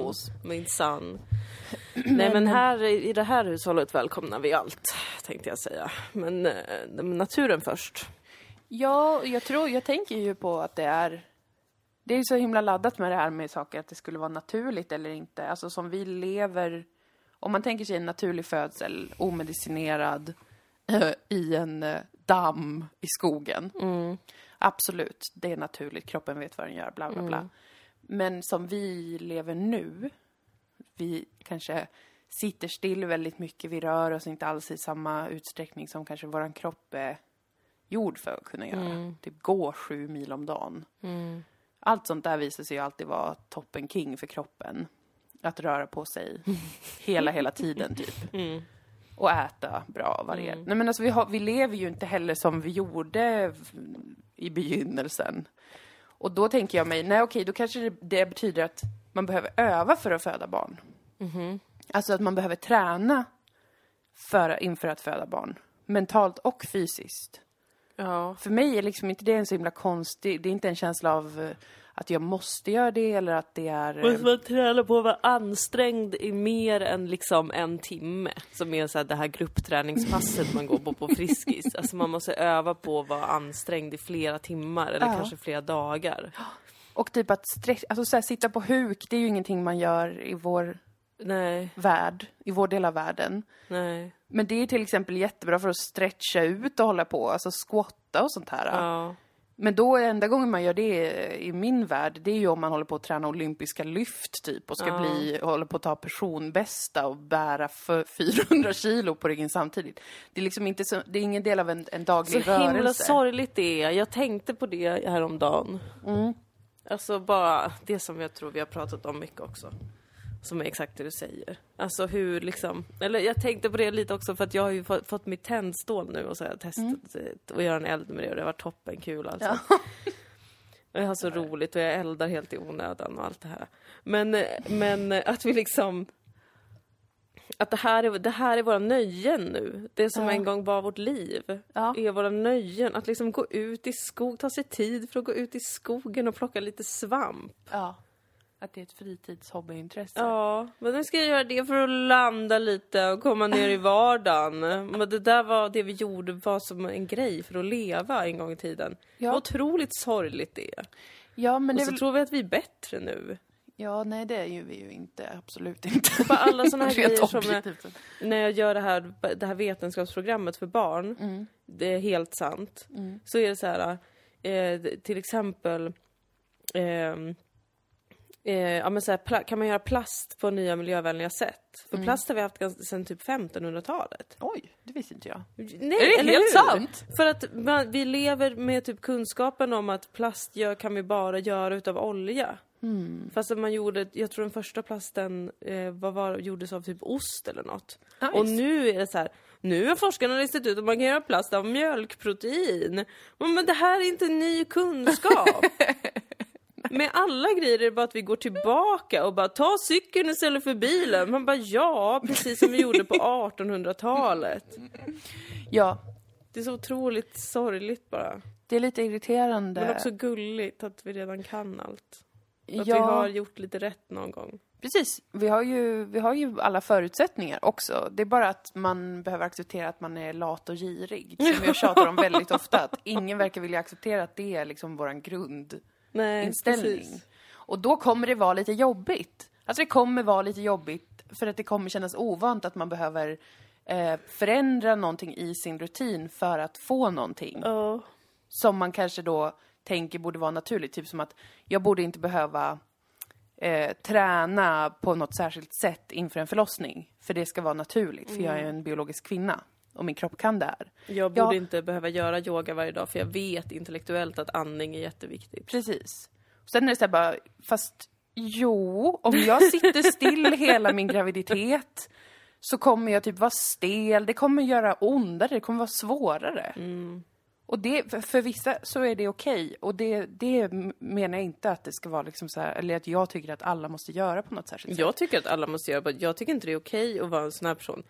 [SPEAKER 2] son. Nej, men här i det här hushållet välkomnar vi allt, tänkte jag säga. Men naturen först.
[SPEAKER 1] Ja, jag tänker ju på att det är så himla laddat med det här med saker, att det skulle vara naturligt eller inte. Alltså som vi lever, om man tänker sig en naturlig födsel, omedicinerad, i en damm i skogen. Absolut, det är naturligt, kroppen vet vad den gör, bla bla bla. Men som vi lever nu, vi kanske sitter still väldigt mycket, vi rör oss inte alls i samma utsträckning som kanske våran kropp är gjord för att kunna göra. Typ gå 7 mil om dagen. Allt sånt där visar sig ju alltid vara toppen king för kroppen. Att röra på sig hela tiden typ. Och äta bra varierat. Nej, men alltså vi lever ju inte heller som vi gjorde i begynnelsen. Och då tänker jag mig, då kanske det betyder att man behöver öva för att föda barn. Alltså att man behöver träna inför att föda barn. Mentalt och fysiskt.
[SPEAKER 2] Ja.
[SPEAKER 1] För mig är liksom inte det en så himla konstig, det är inte en känsla av att jag måste göra det eller att det är...
[SPEAKER 2] Måste man träna på att vara ansträngd i mer än liksom 1 timme. Som är så här det här gruppträningspasset man går på Friskis. Alltså man måste öva på att vara ansträngd i flera timmar eller kanske flera dagar.
[SPEAKER 1] Och typ att alltså så här, sitta på huk, det är ju ingenting man gör i vår värld, i vår del av världen.
[SPEAKER 2] Nej.
[SPEAKER 1] Men det är till exempel jättebra för att stretcha ut och hålla på, alltså squatta och sånt här.
[SPEAKER 2] Ja.
[SPEAKER 1] Men då enda gången man gör det i min värld, det är ju om man håller på att träna olympiska lyft typ och ska håller på att ta personbästa och bära för 400 kilo på ryggen samtidigt. Det är liksom inte så, det är ingen del av en daglig rörelse.
[SPEAKER 2] Så himla sorgligt det är. Jag tänkte på det häromdagen. Alltså bara det som jag tror vi har pratat om mycket också. Som är exakt det du säger. Alltså hur liksom... Eller jag tänkte på det lite också för att jag har ju fått mitt tändstål nu och så har jag testat att göra en eld med det och det var toppen kul alltså. Ja. Och jag har så roligt och jag eldar helt i onödan och allt det här. Men att vi liksom... Att det här är våra nöjen nu. Det som en gång var vårt liv. Är våra nöjen. Att liksom gå ut i skog, ta sig tid för att gå ut i skogen och plocka lite svamp. Ja.
[SPEAKER 1] Att det är ett fritidshobbyintresse.
[SPEAKER 2] Ja, men nu ska jag göra det för att landa lite och komma ner i vardagen. Men det där var det vi gjorde var som en grej för att leva en gång i tiden. Ja. Otroligt sorgligt det.
[SPEAKER 1] Ja, men
[SPEAKER 2] och så tror vi att vi är bättre nu.
[SPEAKER 1] Ja, nej det är ju vi ju inte. Absolut inte.
[SPEAKER 2] Och bara alla såna här grejer som när jag gör det här vetenskapsprogrammet för barn. Det är helt sant. Så är det så här, till exempel... men så här, kan man göra plast på nya miljövänliga sätt? För plast har vi haft sedan typ 1500-talet.
[SPEAKER 1] Oj, det visste inte jag.
[SPEAKER 2] Nej,
[SPEAKER 1] är det helt sant?
[SPEAKER 2] För att vi lever med typ kunskapen om att plast kan vi bara göra utav olja. Fast man gjorde, jag tror den första plasten gjordes av typ ost eller något. Nice. Och nu är det så här, nu har forskarna listat ut att man kan göra plast av mjölkprotein. Men det här är inte ny kunskap. Med alla grejer är det bara att vi går tillbaka och bara ta cykeln istället för bilen. Man bara ja, precis som vi gjorde på 1800-talet.
[SPEAKER 1] Ja.
[SPEAKER 2] Det är så otroligt sorgligt bara.
[SPEAKER 1] Det är lite irriterande.
[SPEAKER 2] Men också gulligt att vi redan kan allt. Att vi har gjort lite rätt någon gång.
[SPEAKER 1] Precis, vi har ju alla förutsättningar också. Det är bara att man behöver acceptera att man är lat och girig. Som jag tjatar om väldigt ofta. Att ingen verkar vilja acceptera att det är liksom våran grundinställning.
[SPEAKER 2] Precis.
[SPEAKER 1] Och då kommer det vara lite jobbigt. Alltså det kommer vara lite jobbigt för att det kommer kännas ovant att man behöver förändra någonting i sin rutin för att få någonting. Som man kanske då tänker borde vara naturligt. Typ som att jag borde inte behöva träna på något särskilt sätt inför en förlossning. För det ska vara naturligt. För jag är en biologisk kvinna. Och min kropp kan det här.
[SPEAKER 2] Jag borde inte behöva göra yoga varje dag. För jag vet intellektuellt att andning är jätteviktigt.
[SPEAKER 1] Precis. Och sen är det så här bara, fast om jag sitter still hela min graviditet så kommer jag typ vara stel. Det kommer göra ondare. Det kommer vara svårare. Och det, för vissa så är det okej. Och det menar jag inte att det ska vara liksom så här, eller att jag tycker att alla måste göra på något särskilt sätt.
[SPEAKER 2] Jag tycker att alla måste göra, jag tycker inte det är okej att vara en sån här person.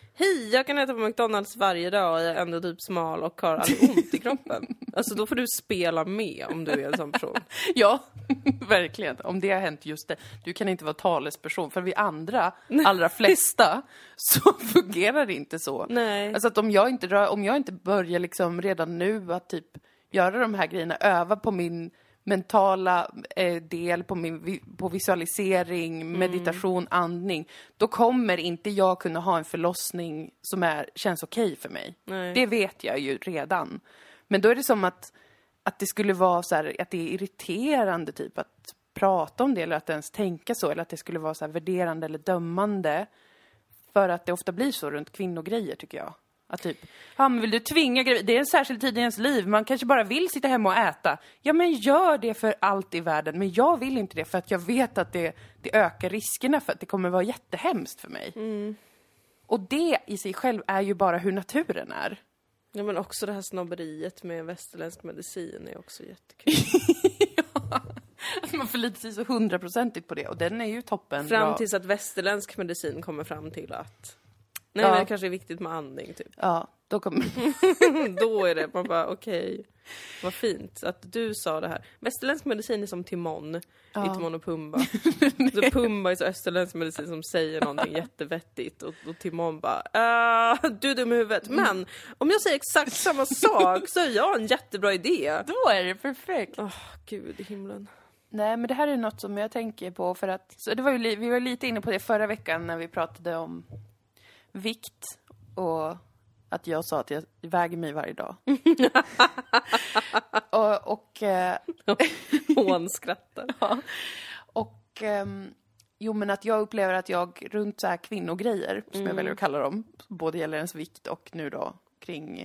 [SPEAKER 2] hej, jag kan äta på McDonalds varje dag och jag är ändå typ smal och har aldrig ont i kroppen. Alltså då får du spela med om du är en sån person.
[SPEAKER 1] Ja, verkligen. Om det har hänt just det. Du kan inte vara talesperson. För vi andra, allra flesta, så fungerar det inte så.
[SPEAKER 2] Nej.
[SPEAKER 1] Alltså att om jag inte börjar liksom redan nu att typ göra de här grejerna, öva på min mentala del, på visualisering, meditation, andning, då kommer inte jag kunna ha en förlossning som känns okej för mig.
[SPEAKER 2] Nej.
[SPEAKER 1] Det vet jag ju redan. Men då är det som att det skulle vara så här, att det är irriterande typ att prata om det eller att ens tänka så, eller att det skulle vara så här värderande eller dömande, för att det ofta blir så runt kvinnogrejer, tycker jag. Att typ, men vill du tvinga det är en särskild tid i ens liv, man kanske bara vill sitta hemma och äta. Ja, men gör det för allt i världen, men jag vill inte det för att jag vet att det ökar riskerna för att det kommer vara jättehemskt för mig. Och det i sig själv är ju bara hur naturen är.
[SPEAKER 2] Ja, men också det här snobberiet med västerländsk medicin är också jättekul.
[SPEAKER 1] Ja, att man förlitar sig så 100% på det, och den är ju toppen.
[SPEAKER 2] Fram tills att västerländsk medicin kommer fram till att nej,
[SPEAKER 1] ja.
[SPEAKER 2] men det kanske är viktigt med andning typ.
[SPEAKER 1] Ja, då kommer
[SPEAKER 2] då är det, man bara okej, vad fint att du sa det här. Västerländsk medicin är som Timon i Timon och Pumba. Så Pumba är så österländsk medicin som säger någonting jättevettigt och Timon bara, du är dum i huvudet. Men om jag säger exakt samma sak så är jag en jättebra idé.
[SPEAKER 1] Då är det perfekt.
[SPEAKER 2] Gud i himlen.
[SPEAKER 1] Nej, men det här är något som jag tänker på för att, så det var ju, vi var lite inne på det förra veckan när vi pratade om vikt och att jag sa att jag väger mig varje dag.
[SPEAKER 2] Hon skrattar.
[SPEAKER 1] Ja. Och jo, men att jag upplever att jag runt så här kvinnogrejer, som jag väljer att kalla dem, både gäller ens vikt och nu då kring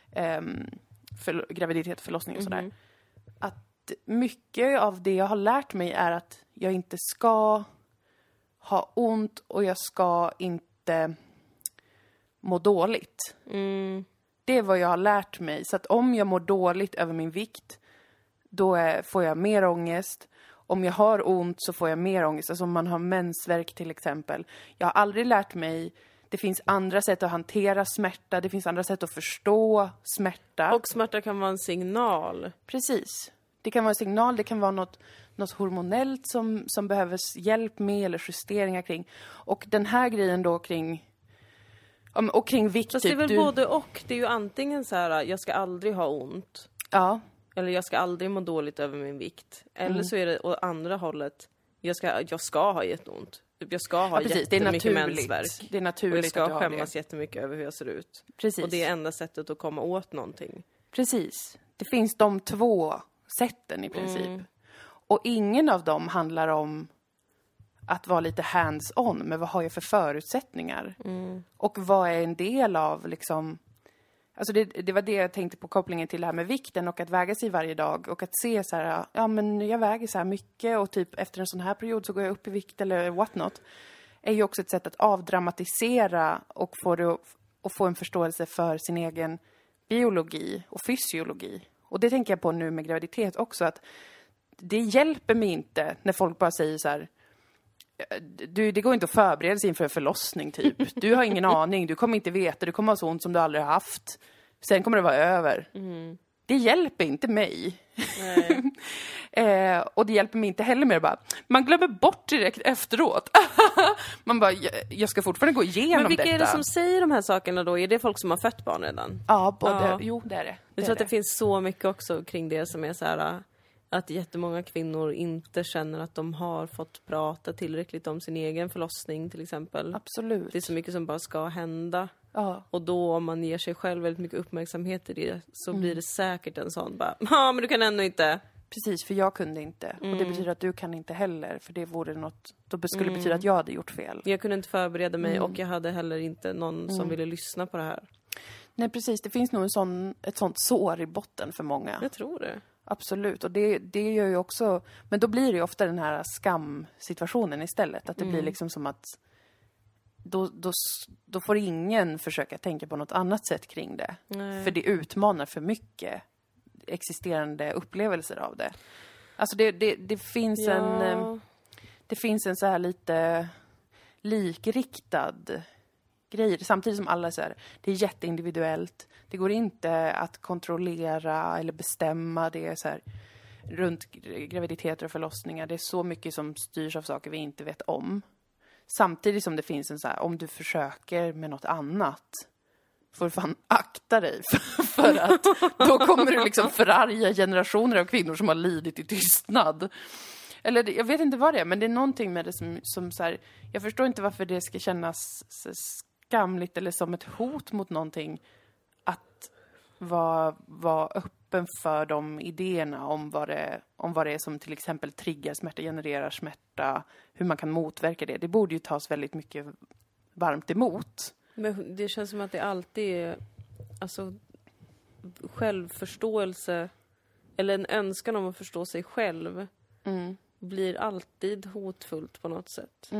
[SPEAKER 1] graviditet, förlossning och sådär. Att mycket av det jag har lärt mig är att jag inte ska ha ont och jag ska inte må dåligt. Det är vad jag har lärt mig. Så att om jag mår dåligt över min vikt, då får jag mer ångest. Om jag har ont så får jag mer ångest. Alltså om man har mensvärk till exempel. Jag har aldrig lärt mig, det finns andra sätt att hantera smärta. Det finns andra sätt att förstå smärta.
[SPEAKER 2] Och smärta kan vara en signal.
[SPEAKER 1] Precis. Det kan vara en signal, det kan vara något hormonellt som behöver hjälp med eller justeringar kring. Och den här grejen då kring vikt.
[SPEAKER 2] Fast det är väl både och. Det är ju antingen så här, jag ska aldrig ha ont.
[SPEAKER 1] Ja.
[SPEAKER 2] Eller jag ska aldrig må dåligt över min vikt. Eller så är det åt andra hållet. Jag ska ha jätteont. Jag ska ha jättemycket mensvärk.
[SPEAKER 1] Det är naturligt.
[SPEAKER 2] Och jag ska skämmas jättemycket över hur jag ser ut.
[SPEAKER 1] Precis.
[SPEAKER 2] Och det är enda sättet att komma åt någonting.
[SPEAKER 1] Precis. Det finns de två sätten i princip. Och ingen av dem handlar om att vara lite hands-on, men vad har jag för förutsättningar? Och vad är en del av liksom, alltså det var det jag tänkte på, kopplingen till det här med vikten och att väga sig varje dag och att se så här, ja men jag väger så här mycket och typ efter en sån här period så går jag upp i vikt eller what not, är ju också ett sätt att avdramatisera och få en förståelse för sin egen biologi och fysiologi. Och det tänker jag på nu med graviditet också, att det hjälper mig inte när folk bara säger så här, det går inte att förbereda sig inför en förlossning typ. Du har ingen aning, du kommer inte veta, du kommer ha så ont som du aldrig har haft. Sen kommer det vara över. Det hjälper inte mig. Och det hjälper mig inte heller med bara, man glömmer bort direkt efteråt. Man bara, jag ska fortfarande gå igenom detta.
[SPEAKER 2] Men vilka är det som säger de här sakerna då? Är det folk som har fött barn redan?
[SPEAKER 1] Ja, jo det är det.
[SPEAKER 2] Jag tror att det finns så mycket också kring det som är så här, att jättemånga kvinnor inte känner att de har fått prata tillräckligt om sin egen förlossning till exempel.
[SPEAKER 1] Absolut.
[SPEAKER 2] Det är så mycket som bara ska hända.
[SPEAKER 1] Ja.
[SPEAKER 2] Och då om man ger sig själv väldigt mycket uppmärksamhet i det så blir det säkert en sån bara, ja men du kan ändå inte.
[SPEAKER 1] Precis, för jag kunde inte. Och det betyder att du kan inte heller. För det vore något, då skulle det betyda att jag hade gjort fel.
[SPEAKER 2] Jag kunde inte förbereda mig och jag hade heller inte någon som ville lyssna på det här.
[SPEAKER 1] Nej precis, det finns nog ett sånt sår i botten för många.
[SPEAKER 2] Jag tror det.
[SPEAKER 1] Absolut, och det gör ju också, men då blir det ju ofta den här skamsituationen istället. Att det blir liksom som att då får ingen försöka tänka på något annat sätt kring det. Nej. För det utmanar för mycket existerande upplevelser av det. Alltså det finns det finns en så här lite likriktad grejer. Samtidigt som alla så här, det är jätteindividuellt. Det går inte att kontrollera eller bestämma. Det är så här, runt graviditeter och förlossningar. Det är så mycket som styrs av saker vi inte vet om. Samtidigt som det finns en så här, om du försöker med något annat, får du fan akta dig. För att då kommer du liksom förarga generationer av kvinnor som har lidit i tystnad. Eller jag vet inte vad det är, men det är någonting med det som så här, jag förstår inte varför det ska kännas skamligt eller som ett hot mot någonting att vara öppen för de idéerna om vad det är som till exempel triggar smärta, genererar smärta, hur man kan motverka det. Det borde ju tas väldigt mycket varmt emot.
[SPEAKER 2] Men det känns som att det alltid är alltså självförståelse eller en önskan om att förstå sig själv blir alltid hotfullt på något sätt.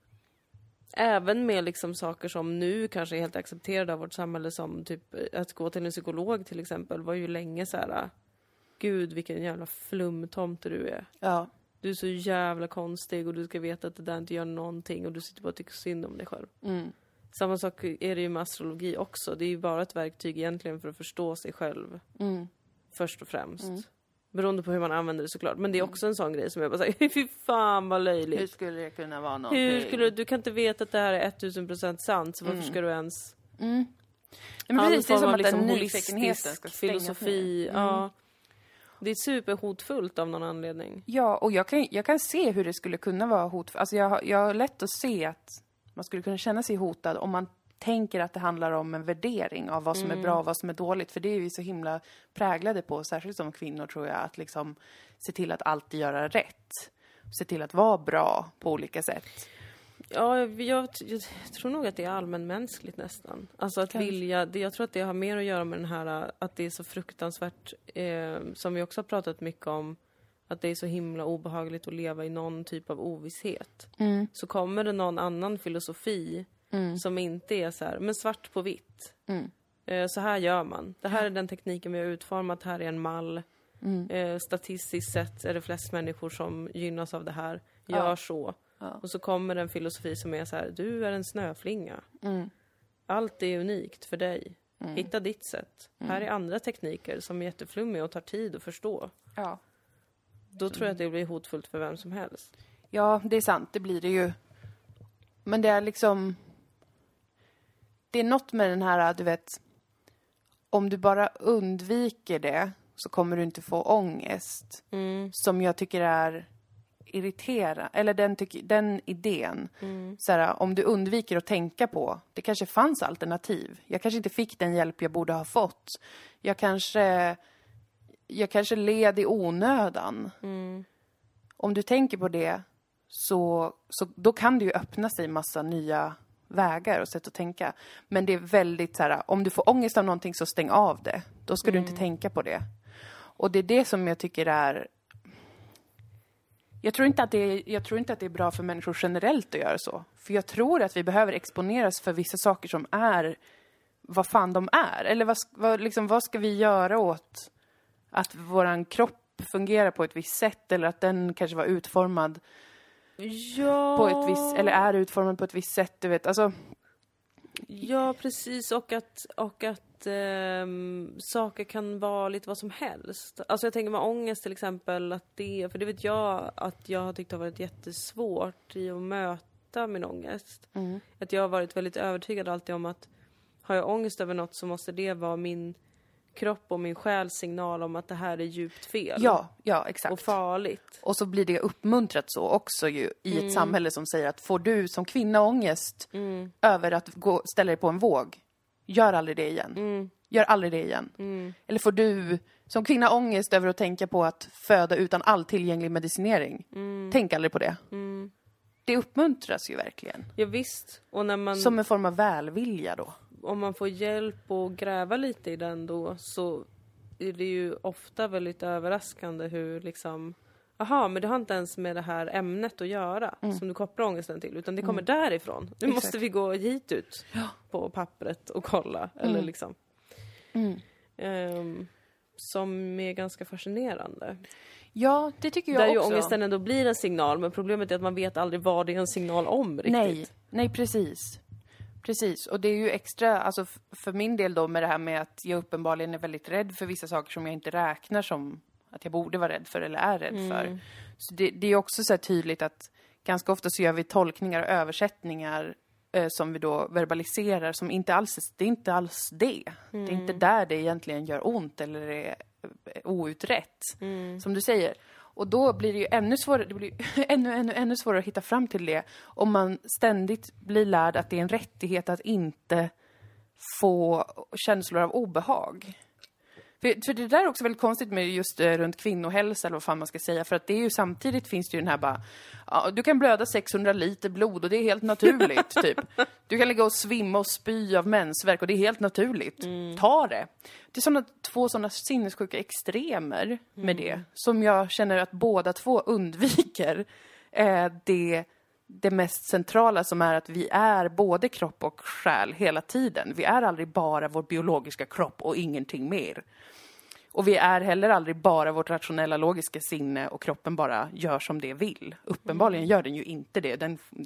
[SPEAKER 2] Även med liksom saker som nu kanske är helt accepterade av vårt samhälle, som typ att gå till en psykolog till exempel, var ju länge så här: gud vilken jävla flumtomte du är.
[SPEAKER 1] Ja.
[SPEAKER 2] Du är så jävla konstig och du ska veta att det där inte gör någonting och du sitter bara och tycker synd om dig själv. Samma sak är det ju med astrologi också. Det är ju bara ett verktyg egentligen för att förstå sig själv. Först och främst. Beroende på hur man använder det såklart. Men det är också en sån grej som jag bara säger, fy fan vad löjligt.
[SPEAKER 1] Hur skulle det kunna vara någonting?
[SPEAKER 2] Du kan inte veta att det här är 1000% sant, så varför ska du ens...
[SPEAKER 1] Men precis, det är som att
[SPEAKER 2] liksom
[SPEAKER 1] den nyfikenheten ska
[SPEAKER 2] filosofi. Ja. Det är superhotfullt av någon anledning.
[SPEAKER 1] Ja, och jag kan se hur det skulle kunna vara hotfullt. Alltså jag har lätt att se att man skulle kunna känna sig hotad om man tänker att det handlar om en värdering av vad som är bra och vad som är dåligt. För det är vi så himla präglade på, särskilt som kvinnor tror jag, att liksom se till att alltid göra rätt. Se till att vara bra på olika sätt.
[SPEAKER 2] Ja, jag tror nog att det är allmänmänskligt nästan. Alltså att vilja, jag tror att det har mer att göra med den här, att det är så fruktansvärt, som vi också har pratat mycket om, att det är så himla obehagligt att leva i någon typ av ovisshet. Så kommer det någon annan filosofi som inte är så här, men svart på vitt. Så här gör man. Det här är den tekniken vi har utformat. Här är en mall. Statistiskt sett är det flest människor som gynnas av det här. Gör så. Och så kommer en filosofi som är så här, du är en snöflinga. Allt är unikt för dig. Hitta ditt sätt. Här är andra tekniker som är jätteflummiga och tar tid att förstå.
[SPEAKER 1] Ja.
[SPEAKER 2] Då tror jag att det blir hotfullt för vem som helst.
[SPEAKER 1] Ja, det är sant. Det blir det ju. Men det är liksom... Det är något med den här, du vet... Om du bara undviker det så kommer du inte få ångest. Som jag tycker är irriterande. Eller den idén. Så här, om du undviker att tänka på... Det kanske fanns alternativ. Jag kanske inte fick den hjälp jag borde ha fått. Jag kanske led i onödan. Om du tänker på det så då kan det ju öppna sig massa nya vägar och sätt att tänka. Men det är väldigt så här, om du får ångest av någonting så stäng av det. Då ska du inte tänka på det. Och det är det som jag tycker är... Jag tror inte att det är bra för människor generellt att göra så. För jag tror att vi behöver exponeras för vissa saker som är vad fan de är. Eller vad ska vi göra åt att våran kropp fungerar på ett visst sätt, eller att den kanske var utformad på ett visst, eller är utformad på ett visst sätt, du vet, alltså.
[SPEAKER 2] Ja, precis, och att saker kan vara lite vad som helst. Alltså jag tänker med ångest till exempel, att för det vet jag att jag har tyckt har varit jättesvårt i att möta min ångest. Att jag har varit väldigt övertygad alltid om att har jag ångest över något så måste det vara min kropp och min själs signal om att det här är djupt fel.
[SPEAKER 1] Ja, exakt.
[SPEAKER 2] Och farligt.
[SPEAKER 1] Och så blir det uppmuntrat så också ju i ett samhälle som säger att får du som kvinna ångest över att ställa dig på en våg, gör aldrig det igen. Gör aldrig det igen. Eller får du som kvinna ångest över att tänka på att föda utan all tillgänglig medicinering. Tänk aldrig på det. Det uppmuntras ju verkligen.
[SPEAKER 2] Ja, visst. Och när man...
[SPEAKER 1] Som en form av välvilja då.
[SPEAKER 2] Om man får hjälp att gräva lite i den då, så är det ju ofta väldigt överraskande hur liksom, men det har inte ens med det här ämnet att göra som du kopplar ångesten till, utan det kommer därifrån. Nu måste vi gå hit ut på pappret och kolla, eller liksom. Som är ganska fascinerande.
[SPEAKER 1] Ja, det tycker jag
[SPEAKER 2] där
[SPEAKER 1] också.
[SPEAKER 2] Där ju ångesten ändå blir en signal, men problemet är att man vet aldrig vad det är en signal om riktigt.
[SPEAKER 1] Nej, precis. Precis, och det är ju extra, alltså för min del då med det här med att jag uppenbarligen är väldigt rädd för vissa saker som jag inte räknar som att jag borde vara rädd för eller är rädd för. Så det är också så här tydligt att ganska ofta så gör vi tolkningar och översättningar som vi då verbaliserar som inte alls, det är inte alls det. Det är inte där det egentligen gör ont eller är outrätt, som du säger. Och då blir det ju ännu svårare, det blir ännu svårare att hitta fram till det om man ständigt blir lärd att det är en rättighet att inte få känslor av obehag. För det där är också väldigt konstigt med just runt kvinnohälsa eller vad fan man ska säga. För att det är ju samtidigt finns det ju den här bara, ja, du kan blöda 600 liter blod och det är helt naturligt typ. Du kan ligga och svimma och spy av mensvärk och det är helt naturligt. Ta det. Det är två sådana sinnessjuka extremer med det. Som jag känner att båda två undviker det mest centrala som är att vi är både kropp och själ hela tiden. Vi är aldrig bara vår biologiska kropp och ingenting mer. Och vi är heller aldrig bara vårt rationella logiska sinne och kroppen bara gör som det vill. Uppenbarligen gör den ju inte det.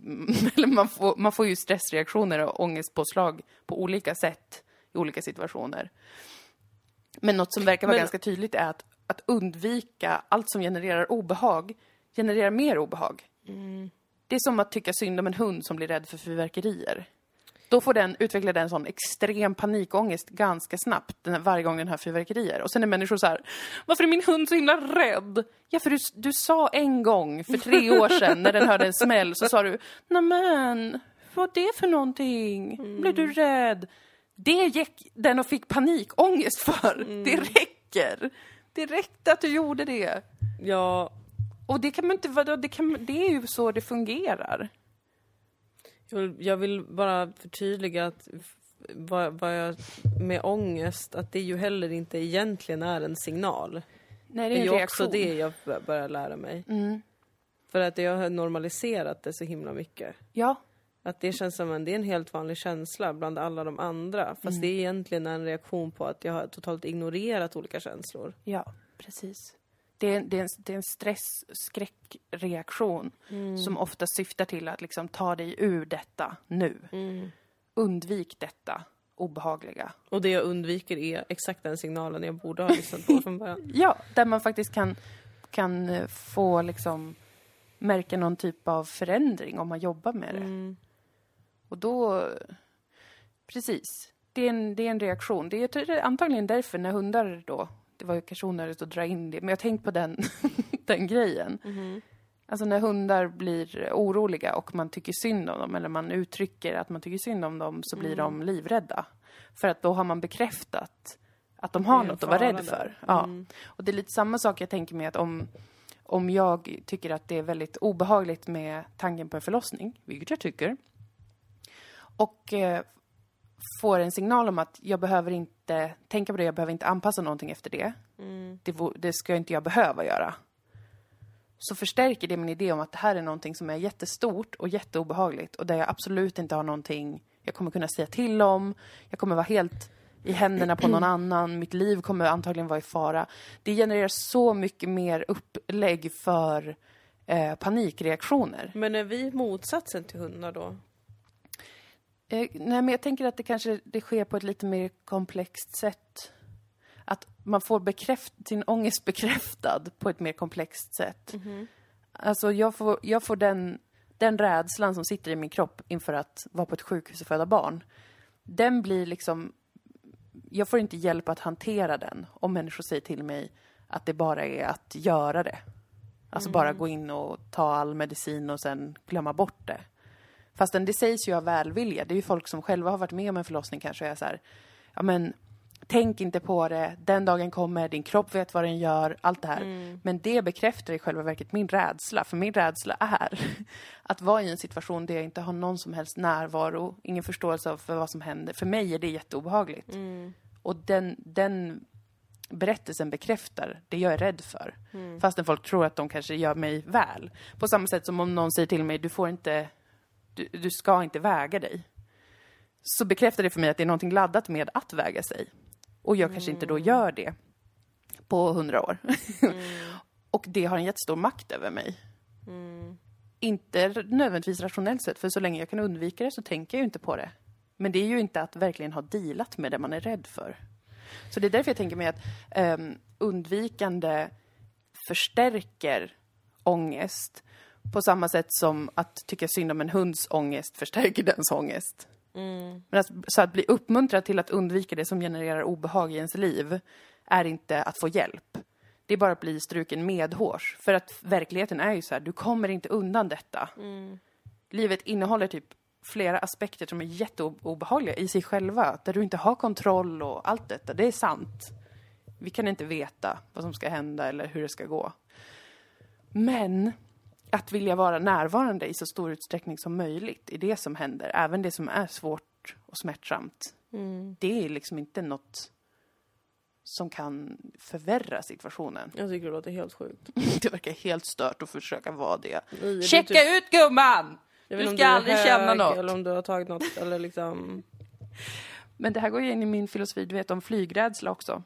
[SPEAKER 1] Man får ju stressreaktioner och ångestpåslag på olika sätt i olika situationer. Men något som verkar vara ganska tydligt är att undvika allt som genererar obehag genererar mer obehag. Det är som att tycka synd om en hund som blir rädd för fyrverkerier. Då får utveckla den sån extrem panikångest ganska snabbt varje gång den har fyrverkerier. Och sen är människor så här, varför är min hund så himla rädd? Ja, för du sa en gång för 3 år sedan när den hörde en smäll så sa du, nämen, vad är det för någonting? Blev du rädd? Det gick den och fick panikångest för. Det räcker. Det räckte att du gjorde det.
[SPEAKER 2] Ja.
[SPEAKER 1] Och det kan man inte, det är ju så det fungerar.
[SPEAKER 2] Jag vill bara förtydliga att vad jag med ångest, att det ju heller inte egentligen är en signal.
[SPEAKER 1] Nej,
[SPEAKER 2] det är ju
[SPEAKER 1] reaktion.
[SPEAKER 2] Också det jag börjar lära mig. För att jag har normaliserat det så himla mycket.
[SPEAKER 1] Ja.
[SPEAKER 2] Att det känns som det är en helt vanlig känsla bland alla de andra. Fast det är egentligen en reaktion på att jag har totalt ignorerat olika känslor.
[SPEAKER 1] Ja, precis. Det är en skräckreaktion som ofta syftar till att liksom ta dig ur detta nu. Undvik detta obehagliga.
[SPEAKER 2] Och det jag undviker är exakt den signalen jag borde ha lyssnat på från början.
[SPEAKER 1] Ja, där man faktiskt kan få liksom märka någon typ av förändring om man jobbar med det. Och då, precis, det är en reaktion. Det är antagligen därför när hundar då, det var ju kanske onödigt att dra in det, men jag tänkte på den grejen. Alltså när hundar blir oroliga och man tycker synd om dem, eller man uttrycker att man tycker synd om dem, så blir de livrädda. För att då har man bekräftat att de har något att vara rädd för. Ja. Och det är lite samma sak jag tänker med att om jag tycker att det är väldigt obehagligt med tanken på en förlossning, vilket jag tycker, och får en signal om att jag behöver inte tänka på det, jag behöver inte anpassa någonting efter det. Det ska inte jag behöva göra. Så förstärker det min idé om att det här är någonting som är jättestort och jätteobehagligt och där jag absolut inte har någonting jag kommer kunna säga till om. Jag kommer vara helt i händerna på någon annan. Mitt liv kommer antagligen vara i fara. Det genererar så mycket mer upplägg för panikreaktioner.
[SPEAKER 2] Men är vi motsatsen till hundar då?
[SPEAKER 1] Nej, men jag tänker att det sker på ett lite mer komplext sätt. Att man får sin ångest bekräftad på ett mer komplext sätt. Alltså jag får den rädslan som sitter i min kropp inför att vara på ett sjukhus och föda barn. Den blir liksom, jag får inte hjälp att hantera den om människor säger till mig att det bara är att göra det. Alltså bara gå in och ta all medicin och sen glömma bort det. Fastän det sägs ju av välvilja. Det är ju folk som själva har varit med om en förlossning kanske är så här, ja men tänk inte på det, den dagen kommer, din kropp vet vad den gör, allt det här. Men det bekräftar i själva verket min rädsla. För min rädsla är att vara i en situation där jag inte har någon som helst närvaro, ingen förståelse för vad som händer. För mig är det jätteobehagligt. Och den berättelsen bekräftar det jag är rädd för. Fastän folk tror att de kanske gör mig väl. På samma sätt som om någon säger till mig, du ska inte väga dig. Så bekräftar det för mig att det är någonting laddat med att väga sig. Och jag kanske inte då gör det på 100 år. Och det har en jättestor makt över mig. Inte nödvändigtvis rationellt sett, för så länge jag kan undvika det så tänker jag ju inte på det. Men det är ju inte att verkligen ha dealat med det man är rädd för. Så det är därför jag tänker mig att undvikande förstärker ångest på samma sätt som att tycka synd om en hunds ångest förstärker dens ångest. Men så att bli uppmuntrad till att undvika det som genererar obehag i ens liv är inte att få hjälp. Det är bara att bli struken medhårs. För att verkligheten är ju så här, du kommer inte undan detta. Livet innehåller typ flera aspekter som är jätteobehagliga i sig själva. Där du inte har kontroll och allt detta. Det är sant. Vi kan inte veta vad som ska hända eller hur det ska gå. Men att vilja vara närvarande i så stor utsträckning som möjligt i det som händer. Även det som är svårt och smärtsamt. Det är liksom inte något som kan förvärra situationen.
[SPEAKER 2] Jag tycker det låter helt sjukt.
[SPEAKER 1] Det verkar helt stört att försöka vara det.
[SPEAKER 2] Nej,
[SPEAKER 1] Checka ut gumman! Du ska aldrig känna något.
[SPEAKER 2] Eller om du har tagit något. Eller liksom...
[SPEAKER 1] Men det här går ju in i min filosofi, du vet, om flygrädsla också.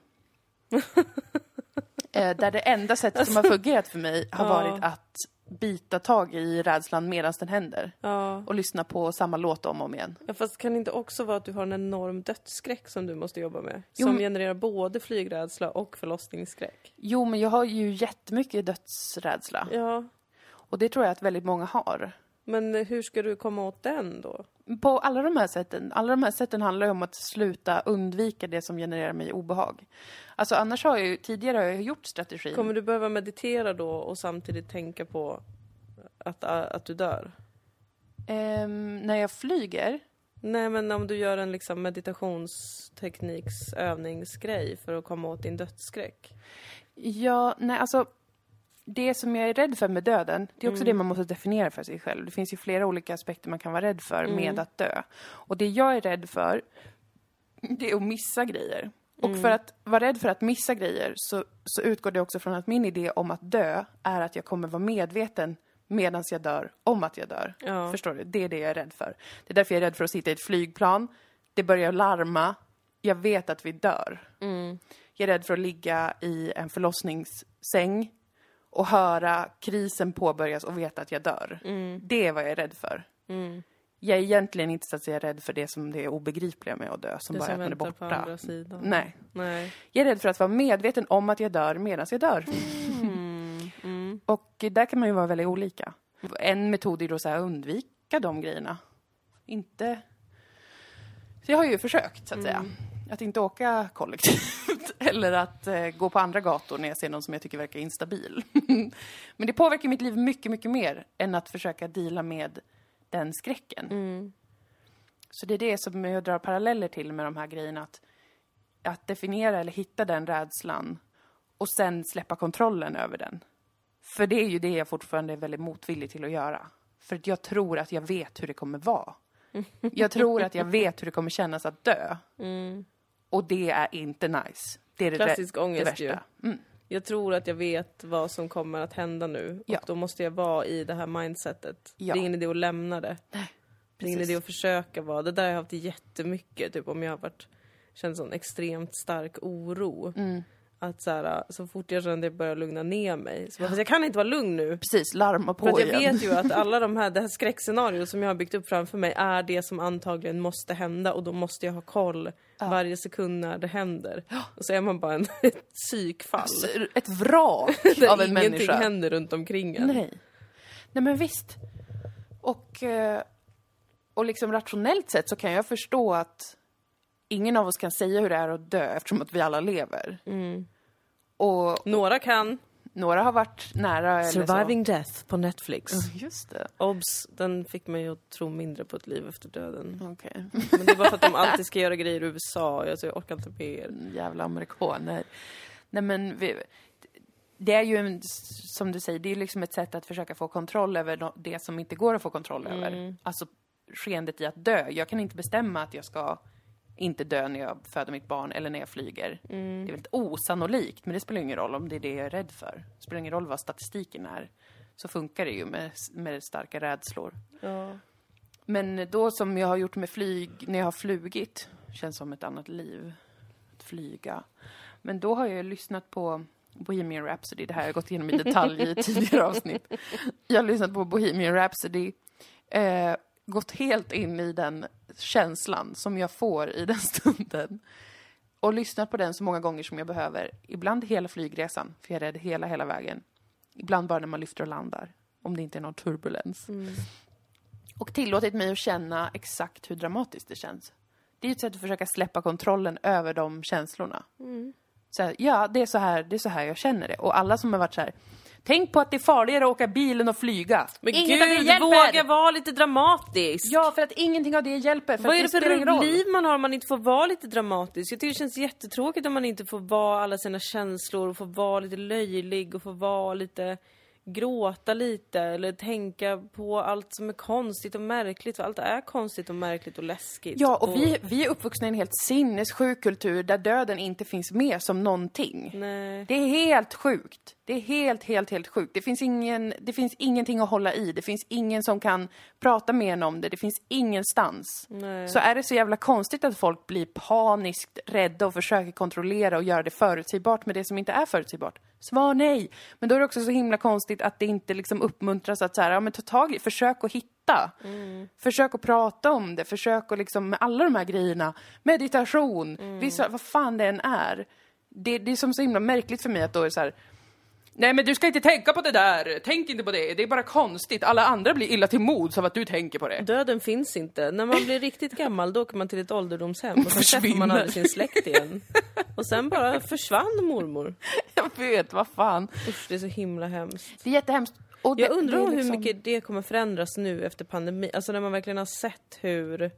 [SPEAKER 1] Där det enda sättet som har fungerat för mig har varit att bita tag i rädslan medan den händer. Och lyssna på samma låt om och om igen.
[SPEAKER 2] Ja, fast kan det inte också vara att du har en enorm dödsskräck som du måste jobba med? Som genererar både flygrädsla och förlossningsskräck.
[SPEAKER 1] Jo, men jag har ju jättemycket dödsrädsla.
[SPEAKER 2] Ja.
[SPEAKER 1] Och det tror jag att väldigt många har.
[SPEAKER 2] Men hur ska du komma åt den då?
[SPEAKER 1] På alla de här sätten. Alla de här sätten handlar ju om att sluta undvika det som genererar mig obehag. Alltså annars har jag ju, tidigare har jag gjort strategin.
[SPEAKER 2] Kommer du behöva meditera då och samtidigt tänka på att du dör?
[SPEAKER 1] När jag flyger?
[SPEAKER 2] Nej, men om du gör en liksom meditationstekniksövningsgrej för att komma åt din dödsskräck.
[SPEAKER 1] Ja, nej alltså... Det som jag är rädd för med döden, det är också det man måste definiera för sig själv. Det finns ju flera olika aspekter man kan vara rädd för med att dö. Och det jag är rädd för, det är att missa grejer. Och för att vara rädd för att missa grejer så utgår det också från att min idé om att dö är att jag kommer vara medveten medan jag dör om att jag dör.
[SPEAKER 2] Ja.
[SPEAKER 1] Förstår du? Det är det jag är rädd för. Det är därför jag är rädd för att sitta i ett flygplan. Det börjar larma. Jag vet att vi dör. Jag är rädd för att ligga i en förlossningssäng och höra krisen påbörjas och veta att jag dör. Det är vad jag är rädd för. Jag är egentligen inte så att säga rädd för det som det är obegripliga med att dö. Som
[SPEAKER 2] det
[SPEAKER 1] bara
[SPEAKER 2] som
[SPEAKER 1] att man är
[SPEAKER 2] väntar
[SPEAKER 1] borta.
[SPEAKER 2] på andra sidan.
[SPEAKER 1] Nej.
[SPEAKER 2] Nej.
[SPEAKER 1] Jag är rädd för att vara medveten om att jag dör medan jag dör. Och där kan man ju vara väldigt olika. En metod är då så här, undvika de grejerna. Inte... Så jag har ju försökt så att säga. Att inte åka kollektivt. Eller att gå på andra gator när jag ser någon som jag tycker verkar instabil. Men det påverkar mitt liv mycket, mycket mer än att försöka deala med den skräcken. Så det är det som jag drar paralleller till med de här grejerna. Att definiera eller hitta den rädslan och sen släppa kontrollen över den. För det är ju det jag fortfarande är väldigt motvillig till att göra. För att jag tror att jag vet hur det kommer vara. Jag tror att jag vet hur det kommer kännas att dö. Och det är inte nice. Det är
[SPEAKER 2] klassisk ångest
[SPEAKER 1] det värsta.
[SPEAKER 2] Jag tror att jag vet vad som kommer att hända nu. Och då måste jag vara i det här mindsetet.
[SPEAKER 1] Ja.
[SPEAKER 2] Det är ingen idé att lämna det. Det är ingen idé att försöka vara. Det där har jag haft jättemycket. Typ om jag har känt sån extremt stark oro. Att så fort jag känner det börjar lugna ner mig. Så jag kan inte vara lugn nu.
[SPEAKER 1] Precis, larma på
[SPEAKER 2] för att jag
[SPEAKER 1] igen.
[SPEAKER 2] vet ju att alla det här skräckscenariot som jag har byggt upp framför mig är det som antagligen måste hända. Och då måste jag ha koll varje sekund när det händer. Och så är man bara ett psykfall.
[SPEAKER 1] Ett vrak av en människa.
[SPEAKER 2] Ingenting händer runt omkring en.
[SPEAKER 1] Nej men visst. Och liksom rationellt sett så kan jag förstå att ingen av oss kan säga hur det är att dö eftersom att vi alla lever. Och
[SPEAKER 2] några kan.
[SPEAKER 1] Några har varit nära.
[SPEAKER 2] Surviving Death på Netflix.
[SPEAKER 1] Just det.
[SPEAKER 2] Obs, den fick mig att tro mindre på ett liv efter döden.
[SPEAKER 1] Okay.
[SPEAKER 2] Men det är bara för att de alltid ska göra grejer i USA. Jag orkar inte med er.
[SPEAKER 1] Jävla amerikaner. Nej men det är ju som du säger, det är liksom ett sätt att försöka få kontroll över det som inte går att få kontroll över. Alltså skeendet i att dö. Jag kan inte bestämma att jag ska inte dö när jag föder mitt barn eller när jag flyger. Det är väldigt osannolikt, men det spelar ingen roll om det är det jag är rädd för. Det spelar ingen roll vad statistiken är. Så funkar det ju med starka rädslor.
[SPEAKER 2] Ja.
[SPEAKER 1] Men då som jag har gjort med flyg, när jag har flugit, känns som ett annat liv. Att flyga. Men då har jag lyssnat på Bohemian Rhapsody. Det här har jag gått igenom i detalj i tidigare avsnitt. Jag har lyssnat på Bohemian Rhapsody. gått helt in i den känslan som jag får i den stunden. Och lyssnat på den så många gånger som jag behöver. Ibland hela flygresan, för jag är rädd hela vägen. Ibland bara när man lyfter och landar. Om det inte är någon turbulens. Och tillåtit mig att känna exakt hur dramatiskt det känns. Det är ett sätt att försöka släppa kontrollen över de känslorna. Så här, ja, det är så här jag känner det. Och alla som har varit så här, tänk på att det är farligare att åka bilen och flyga.
[SPEAKER 2] Men
[SPEAKER 1] Inget av det
[SPEAKER 2] gud,
[SPEAKER 1] hjälper.
[SPEAKER 2] våga vara lite dramatisk.
[SPEAKER 1] Ja, för att ingenting av det hjälper. För
[SPEAKER 2] Vad är
[SPEAKER 1] att
[SPEAKER 2] det
[SPEAKER 1] spelar
[SPEAKER 2] för
[SPEAKER 1] ingen roll.
[SPEAKER 2] liv man har om man inte får vara lite dramatisk? Jag tycker det känns jättetråkigt om man inte får vara alla sina känslor och får vara lite löjlig och får vara lite, gråta lite eller tänka på allt som är konstigt och märkligt. För allt är konstigt och märkligt och läskigt.
[SPEAKER 1] Ja, och vi är uppvuxna i en helt sinnessjuk kultur där döden inte finns med som någonting.
[SPEAKER 2] Nej.
[SPEAKER 1] Det är helt sjukt. Det är helt sjukt. Det finns ingenting att hålla i. Det finns ingen som kan prata med en om det. Det finns ingenstans.
[SPEAKER 2] Nej.
[SPEAKER 1] Så är det så jävla konstigt att folk blir paniskt rädda och försöker kontrollera och göra det förutsägbart med det som inte är förutsägbart. Svar nej. Men då är det också så himla konstigt att det inte liksom uppmuntras att så här, ja men ta tag i, försök att hitta. Försök att prata om det. Försök att liksom med alla de här grejerna. Meditation. Vissa, vad fan det än är. Det är som så himla märkligt för mig att då är så här, nej men du ska inte tänka på det där. Tänk inte på det. Det är bara konstigt. Alla andra blir illa till mods av att du tänker på det.
[SPEAKER 2] Döden finns inte. När man blir riktigt gammal då åker man till ett ålderdomshem och sen träffar man aldrig sin släkt igen. Och sen bara försvann mormor.
[SPEAKER 1] Jag vet, vad fan.
[SPEAKER 2] Usch, det är så himla hemskt.
[SPEAKER 1] Det är jättehemskt. Och
[SPEAKER 2] Jag undrar
[SPEAKER 1] det är
[SPEAKER 2] hur
[SPEAKER 1] liksom
[SPEAKER 2] mycket det kommer förändras nu efter pandemin. Alltså när man verkligen har sett hur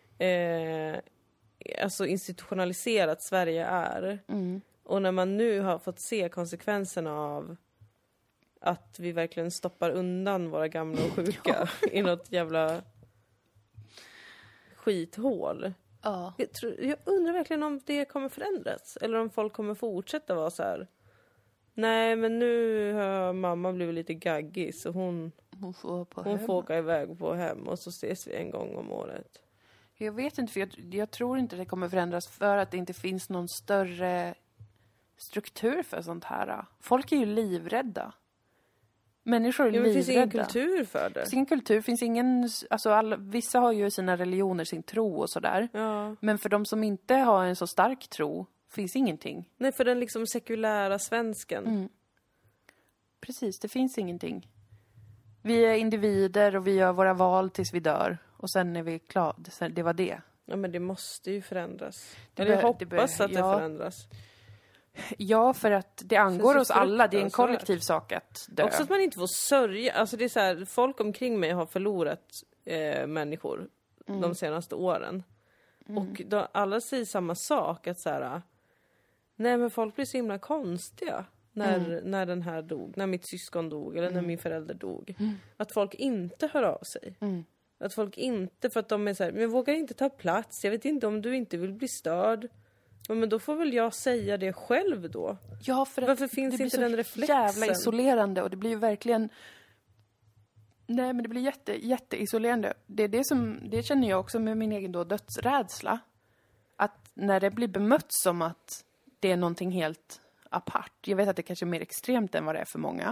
[SPEAKER 2] alltså institutionaliserat Sverige är. Och när man nu har fått se konsekvenserna av att vi verkligen stoppar undan våra gamla och sjuka i något jävla skithål.
[SPEAKER 1] Ja.
[SPEAKER 2] Jag undrar verkligen om det kommer förändras. Eller om folk kommer fortsätta vara så här. Nej, men nu har mamma blivit lite gaggig så hon får åka iväg på hem och så ses vi en gång om året.
[SPEAKER 1] Jag vet inte, för jag tror inte det kommer förändras för att det inte finns någon större struktur för sånt här. Folk är ju livrädda. Människor är livrädda.
[SPEAKER 2] Det finns ingen kultur för det.
[SPEAKER 1] Det finns ingen kultur, finns ingen, alltså vissa har ju sina religioner, sin tro och sådär.
[SPEAKER 2] Ja.
[SPEAKER 1] Men för de som inte har en så stark tro finns ingenting.
[SPEAKER 2] Nej, för den liksom sekulära svensken.
[SPEAKER 1] Precis, det finns ingenting. Vi är individer och vi gör våra val tills vi dör. Och sen är vi klara. Det var det.
[SPEAKER 2] Ja, men det måste ju förändras. Eller jag hoppas att det förändras.
[SPEAKER 1] Ja, för att det angår oss alla. Det är en kollektiv sak att dö.
[SPEAKER 2] Också att man inte får sörja. Alltså det är så här, folk omkring mig har förlorat människor de senaste åren. Och alla säger samma sak. Att så här, nej men folk blir så himla konstiga. När den här dog. När mitt syskon dog. Eller när min förälder dog. Att folk inte hör av sig. Att folk inte, för att de är så här, men jag vågar inte ta plats. Jag vet inte om du inte vill bli störd. Men då får väl jag säga det själv då.
[SPEAKER 1] Ja, för att
[SPEAKER 2] varför finns inte den reflexen?
[SPEAKER 1] Jävla isolerande och det blir ju verkligen. Nej, men det blir jätteisolerande. Det känner jag också med min egen dödsrädsla. Att när det blir bemött som att det är någonting helt apart. Jag vet att det kanske är mer extremt än vad det är för många.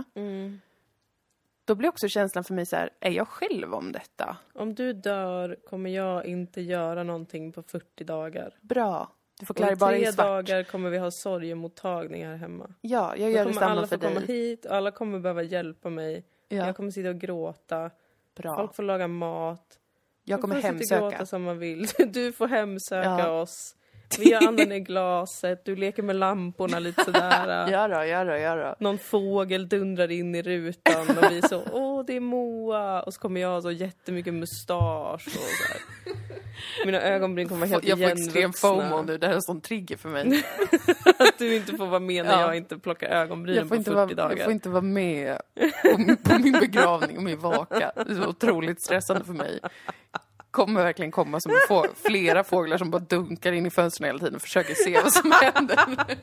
[SPEAKER 1] Då blir också känslan för mig så här, är jag själv om detta?
[SPEAKER 2] Om du dör kommer jag inte göra någonting på 40 dagar.
[SPEAKER 1] Bra. Du får klä dig bara i svart.
[SPEAKER 2] 3 dagar kommer vi ha sorgemottagning här hemma.
[SPEAKER 1] Ja, jag gör detsamma för dig.
[SPEAKER 2] Alla får komma hit, alla kommer behöva hjälpa mig. Ja. Jag kommer sitta och gråta.
[SPEAKER 1] Bra.
[SPEAKER 2] Folk får laga mat.
[SPEAKER 1] Jag kommer hemsöka.
[SPEAKER 2] Gråta som man vill. Du får hemsöka oss. Vi gör andan i glaset. Du leker med lamporna lite sådär.
[SPEAKER 1] Gör då.
[SPEAKER 2] Någon fågel dundrar in i rutan. Och vi så, det är Moa. Och så kommer jag så jättemycket mustasch. Och så här. Mina ögonbryn kommer helt
[SPEAKER 1] igenvuxna. Jag får extrem FOMO nu. Det här är en sån trigger för mig.
[SPEAKER 2] Att du inte får vara med när jag inte plockar ögonbrynen på 40 dagar.
[SPEAKER 1] Jag får inte vara med på min begravning och min vaka. Det är så otroligt stressande för mig. Kommer verkligen komma som flera fåglar som bara dunkar in i fönstren hela tiden och försöker se vad som händer.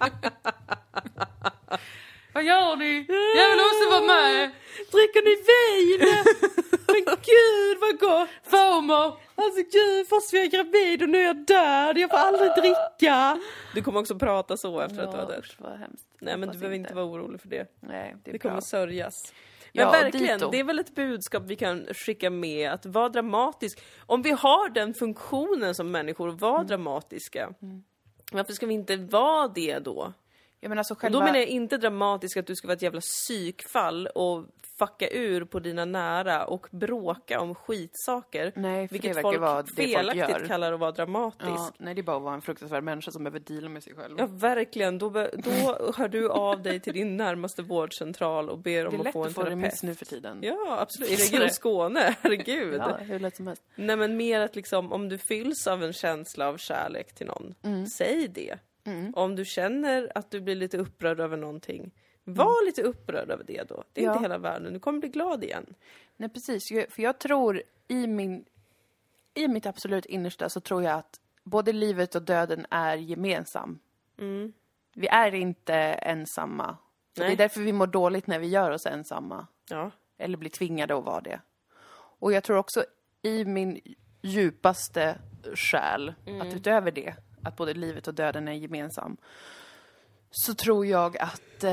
[SPEAKER 1] Vad gör ni? Jag vill också vara med.
[SPEAKER 2] Dricker ni vin? Men gud vad gott.
[SPEAKER 1] FOMO.
[SPEAKER 2] Alltså gud, först jag är gravid och nu är jag död. Jag får aldrig dricka. Du kommer också prata så efter att du har dött.
[SPEAKER 1] Vad hemskt.
[SPEAKER 2] Nej, men du behöver inte vara orolig för det.
[SPEAKER 1] Nej,
[SPEAKER 2] det kommer sörjas. Men
[SPEAKER 1] Ja,
[SPEAKER 2] verkligen,
[SPEAKER 1] dito.
[SPEAKER 2] det är väl ett budskap vi kan skicka med, att vara dramatisk. Om vi har den funktionen som människor, vara dramatiska. Varför ska vi inte vara det då?
[SPEAKER 1] Jag menar, alltså
[SPEAKER 2] Och
[SPEAKER 1] själva...
[SPEAKER 2] då menar jag inte dramatisk att du ska vara ett jävla psykfall och fucka ur på dina nära och bråka om skitsaker.
[SPEAKER 1] Nej, för
[SPEAKER 2] vilket
[SPEAKER 1] det verkar vara det folk
[SPEAKER 2] felaktigt
[SPEAKER 1] gör.
[SPEAKER 2] kallar att vara dramatisk.
[SPEAKER 1] Ja, nej, det är bara att vara en fruktansvärd människa som behöver deala med sig själv.
[SPEAKER 2] Ja, verkligen. Då hör du av dig till din närmaste vårdcentral och ber om att få en
[SPEAKER 1] Det är lätt att få
[SPEAKER 2] terapeut.
[SPEAKER 1] remiss nu för tiden.
[SPEAKER 2] Ja, absolut. I Region Skåne, herregud.
[SPEAKER 1] Ja, hur lätt som helst.
[SPEAKER 2] Nej, men mer att liksom, om du fylls av en känsla av kärlek till någon, säg det. Om du känner att du blir lite upprörd över någonting, var lite upprörd över det då. Det är inte hela världen. Du kommer bli glad igen.
[SPEAKER 1] Nej, precis. För jag tror i mitt absolut innersta så tror jag att både livet och döden är gemensam. Vi är inte ensamma. Och det är därför vi mår dåligt när vi gör oss ensamma.
[SPEAKER 2] Ja.
[SPEAKER 1] Eller blir tvingade att vara det. Och jag tror också i min djupaste själ att utöver det, att både livet och döden är gemensam, så tror jag att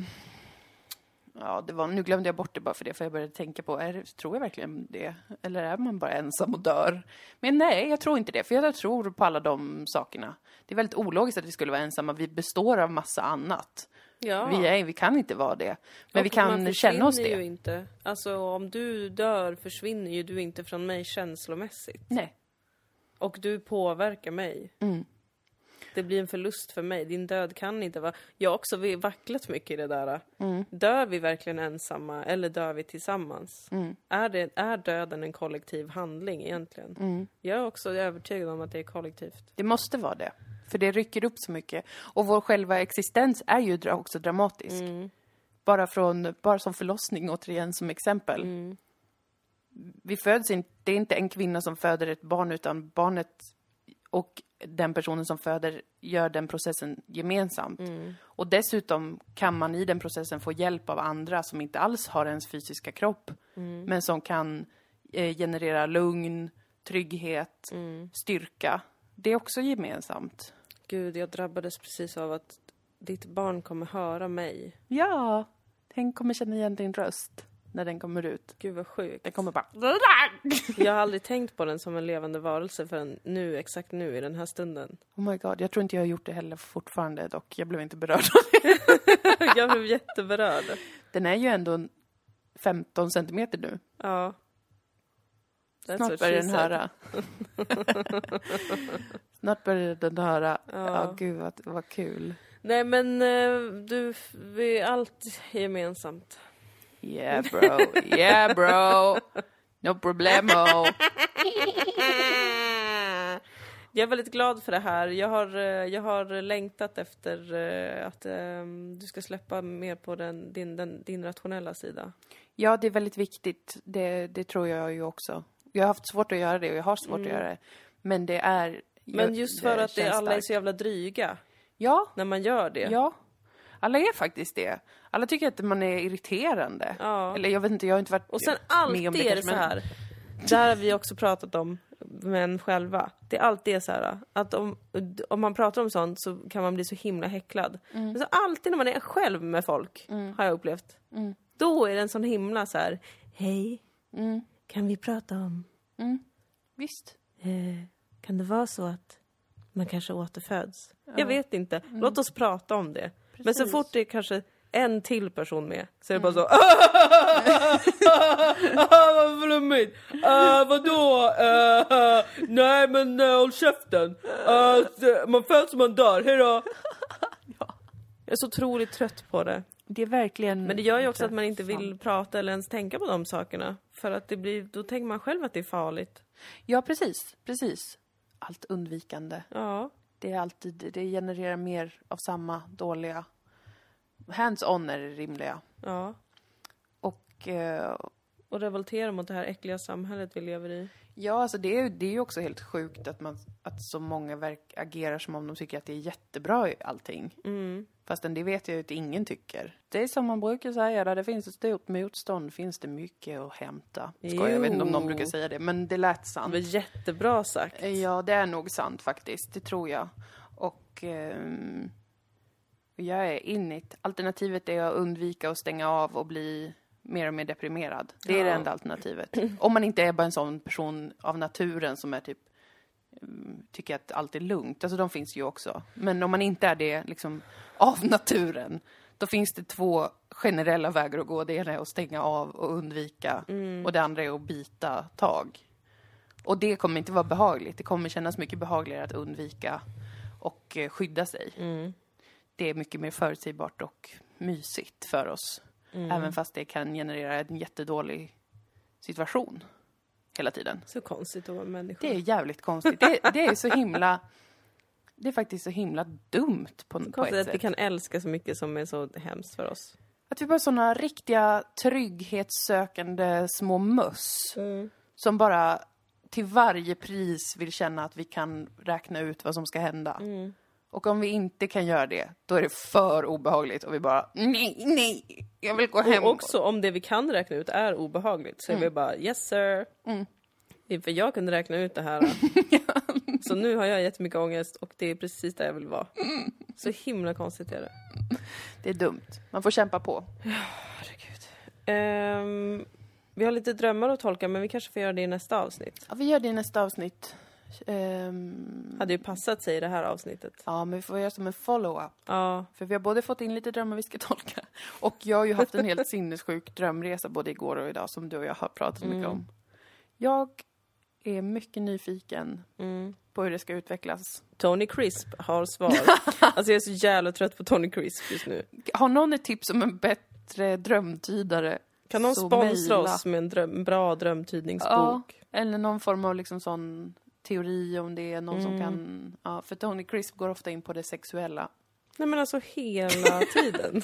[SPEAKER 1] nu glömde jag bort det bara för det, för jag började tänka på, tror jag verkligen det? Eller är man bara ensam och dör? Men nej, jag tror inte det, för jag tror på alla de sakerna. Det är väldigt ologiskt att vi skulle vara ensamma, vi består av massa annat.
[SPEAKER 2] Ja.
[SPEAKER 1] Vi kan inte vara det. Men vi
[SPEAKER 2] Och man
[SPEAKER 1] kan känna oss
[SPEAKER 2] försvinner
[SPEAKER 1] det.
[SPEAKER 2] ju inte. Alltså om du dör försvinner ju du inte från mig känslomässigt.
[SPEAKER 1] Nej.
[SPEAKER 2] Och du påverkar mig. Det blir en förlust för mig. Din död kan inte vara... Jag har också vacklat mycket i det där. Dör vi verkligen ensamma eller dör vi tillsammans? Är döden en kollektiv handling egentligen? Jag är också övertygad om att det är kollektivt.
[SPEAKER 1] Det måste vara det. För det rycker upp så mycket. Och vår själva existens är ju också dramatisk. Bara som förlossning, återigen som exempel. Vi föds inte, det är inte en kvinna som föder ett barn, utan barnet och den personen som föder gör den processen gemensamt. Och dessutom kan man i den processen få hjälp av andra som inte alls har ens fysiska kropp. Men som kan generera lugn, trygghet, styrka. Det är också gemensamt.
[SPEAKER 2] Gud, jag drabbades precis av att ditt barn kommer höra mig.
[SPEAKER 1] Ja, den kommer känna igen din röst när den kommer ut.
[SPEAKER 2] Gud vad sjukt.
[SPEAKER 1] Den kommer bara...
[SPEAKER 2] Jag har aldrig tänkt på den som en levande varelse förrän nu, exakt nu i den här stunden.
[SPEAKER 1] Oh my god, jag tror inte jag har gjort det heller fortfarande dock. Jag blev inte berörd.
[SPEAKER 2] Jag blev jätteberörd.
[SPEAKER 1] Den är ju ändå 15 centimeter nu.
[SPEAKER 2] Ja.
[SPEAKER 1] Snart börjar den höra. Snart börjar den höra. Ja, gud vad kul.
[SPEAKER 2] Nej men vi är allt gemensamt.
[SPEAKER 1] Yeah bro, yeah bro. No problemo.
[SPEAKER 2] Jag är väldigt glad för det här. Jag har längtat efter att du ska släppa mer på din rationella sida.
[SPEAKER 1] Ja, det är väldigt viktigt. Det tror jag ju också. Jag har haft svårt att göra det och jag har svårt att göra det. Men det är...
[SPEAKER 2] Men just för att alla är så jävla dryga.
[SPEAKER 1] Ja.
[SPEAKER 2] När man gör det.
[SPEAKER 1] Ja. Alla är faktiskt det. Alla tycker att man är irriterande.
[SPEAKER 2] Ja.
[SPEAKER 1] Eller jag vet inte, jag har inte varit
[SPEAKER 2] och sen
[SPEAKER 1] med
[SPEAKER 2] alltid
[SPEAKER 1] om det.
[SPEAKER 2] Är det så här. Där har vi också pratat om män själva. Det är alltid så här att om man pratar om sånt så kan man bli så himla häcklad. Men så alltid när man är själv med folk har jag upplevt. Då är det en sån himla så här: hej, kan vi prata om?
[SPEAKER 1] Visst.
[SPEAKER 2] Kan det vara så att man kanske återföds? Jag vet inte. Låt oss prata om det. Precis. Men så fort det är kanske en till person med så är det bara så. Vad flummigt. Vadå? Nej men håll käften. Man föds som man dör. Hejdå. Ja. Jag är så otroligt trött på det.
[SPEAKER 1] Det är verkligen...
[SPEAKER 2] Men det gör ju också att man inte vill prata eller ens tänka på de sakerna. För att då tänker man själv att det är farligt.
[SPEAKER 1] Ja, precis. Allt undvikande.
[SPEAKER 2] Ja.
[SPEAKER 1] Det genererar mer av samma dåliga. Hands-on är det rimliga.
[SPEAKER 2] Ja. Och revoltera mot det här äckliga samhället vi lever i.
[SPEAKER 1] Ja, alltså det är ju också helt sjukt att så många agerar som om de tycker att det är jättebra i allting. Fastän det vet jag ju att ingen tycker. Det är som man brukar säga, där det finns ett stort motstånd finns det mycket att hämta. Jag vet inte om någon brukar säga det, men det lät sant.
[SPEAKER 2] Det var jättebra sagt.
[SPEAKER 1] Ja, det är nog sant faktiskt, det tror jag. Och jag är inigt. Alternativet är att undvika och stänga av och bli mer och mer deprimerad. Det är det enda alternativet. Om man inte är bara en sån person av naturen som är typ tycker att allt är lugnt. Alltså de finns ju också. Men om man inte är det liksom av naturen, då finns det 2 generella vägar att gå. Det ena är att stänga av och undvika. Och det andra är att byta tag. Och det kommer inte vara behagligt. Det kommer kännas mycket behagligare att undvika och skydda sig. Det är mycket mer förutsägbart och mysigt för oss. Även fast det kan generera en jättedålig situation hela tiden.
[SPEAKER 2] Så konstigt att vara människa.
[SPEAKER 1] Det är jävligt konstigt. Det är så himla... Det är faktiskt så himla dumt på ett
[SPEAKER 2] Konstigt
[SPEAKER 1] sätt.
[SPEAKER 2] att vi kan älska så mycket som är så hemskt för oss.
[SPEAKER 1] Att vi bara är såna riktiga trygghetssökande små möss. Som bara till varje pris vill känna att vi kan räkna ut vad som ska hända. Och om vi inte kan göra det, då är det för obehagligt. Och vi bara, nej, jag vill gå hem.
[SPEAKER 2] Och också om det vi kan räkna ut är obehagligt. Så är vi bara, yes sir. För jag kunde räkna ut det här. Så nu har jag jättemycket ångest och det är precis där jag vill vara. Så himla konstigt är det.
[SPEAKER 1] Det är dumt. Man får kämpa på.
[SPEAKER 2] Herregud. Vi har lite drömmar att tolka, men vi kanske får göra det i nästa avsnitt.
[SPEAKER 1] Ja, vi gör det i nästa avsnitt.
[SPEAKER 2] Hade ju passat sig i det här avsnittet.
[SPEAKER 1] Ja, men vi får göra som en follow-up.
[SPEAKER 2] Ja.
[SPEAKER 1] För vi har både fått in lite drömmar vi ska tolka. Och jag har ju haft en helt sinnessjuk drömresa både igår och idag som du och jag har pratat mycket om. Jag är mycket nyfiken på hur det ska utvecklas.
[SPEAKER 2] Tony Crisp har svar. Alltså jag är så jävla trött på Tony Crisp just nu.
[SPEAKER 1] Har någon ett tips om en bättre drömtydare?
[SPEAKER 2] Kan någon sponsra oss med en bra drömtydningsbok?
[SPEAKER 1] Ja, eller någon form av liksom sån teori om det är någon som kan... Ja, för Tony Crisp går ofta in på det sexuella.
[SPEAKER 2] Nej men alltså hela tiden.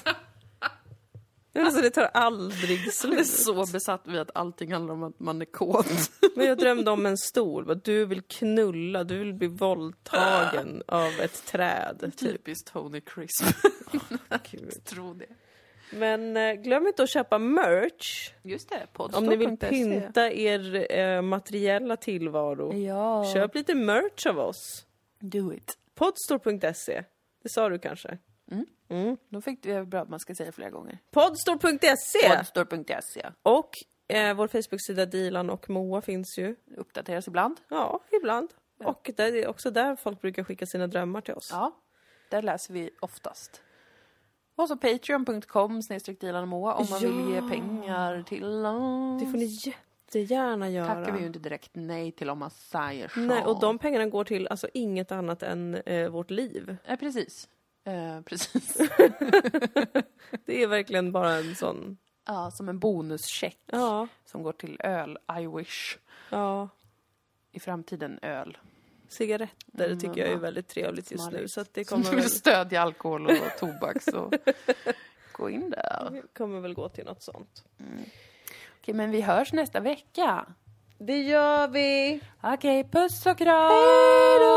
[SPEAKER 2] Alltså det tar aldrig slut.
[SPEAKER 1] Jag är så besatt vid att allting handlar om att man är kåt.
[SPEAKER 2] Men jag drömde om en stol. Du vill knulla, du vill bli våldtagen av ett träd.
[SPEAKER 1] Typiskt Tony Crisp.
[SPEAKER 2] Gud.
[SPEAKER 1] Tror det.
[SPEAKER 2] Men glöm inte att köpa merch.
[SPEAKER 1] Just det,
[SPEAKER 2] om ni vill pynta er materiella tillvaro.
[SPEAKER 1] Ja.
[SPEAKER 2] Köp lite merch av oss.
[SPEAKER 1] Do it.
[SPEAKER 2] Podstore.se. Det sa du kanske.
[SPEAKER 1] Då fick det bra att man ska säga flera gånger.
[SPEAKER 2] Podstore.se.
[SPEAKER 1] Podstore.se.
[SPEAKER 2] Och vår Facebook-sida Dilan och Moa finns ju.
[SPEAKER 1] Uppdateras ibland.
[SPEAKER 2] Ja, ibland. Ja. Och det är också där folk brukar skicka sina drömmar till oss.
[SPEAKER 1] Ja, där läser vi oftast. Och så patreon.com/Dilan och Moa om man vill ge pengar till oss.
[SPEAKER 2] Det får ni jättegärna göra.
[SPEAKER 1] Tackar vi ju inte direkt nej till om man säger så.
[SPEAKER 2] Nej, och de pengarna går till alltså inget annat än vårt liv.
[SPEAKER 1] Ja, precis. Precis.
[SPEAKER 2] Det är verkligen bara en sån...
[SPEAKER 1] Ja, som en bonuscheck.
[SPEAKER 2] Ja.
[SPEAKER 1] Som går till öl. I wish.
[SPEAKER 2] Ja.
[SPEAKER 1] I framtiden öl.
[SPEAKER 2] Cigaretter tycker jag är väldigt trevligt just nu. Så att det kommer
[SPEAKER 1] väl... stödja alkohol och tobak så gå in där.
[SPEAKER 2] Det kommer väl gå till något sånt.
[SPEAKER 1] Okej, men vi hörs nästa vecka.
[SPEAKER 2] Det gör vi.
[SPEAKER 1] Okej, puss och kram.
[SPEAKER 2] Hej då!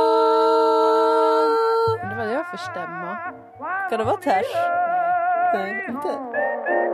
[SPEAKER 1] Det var det för stämma.
[SPEAKER 2] Kan det vara ters? Nej, inte.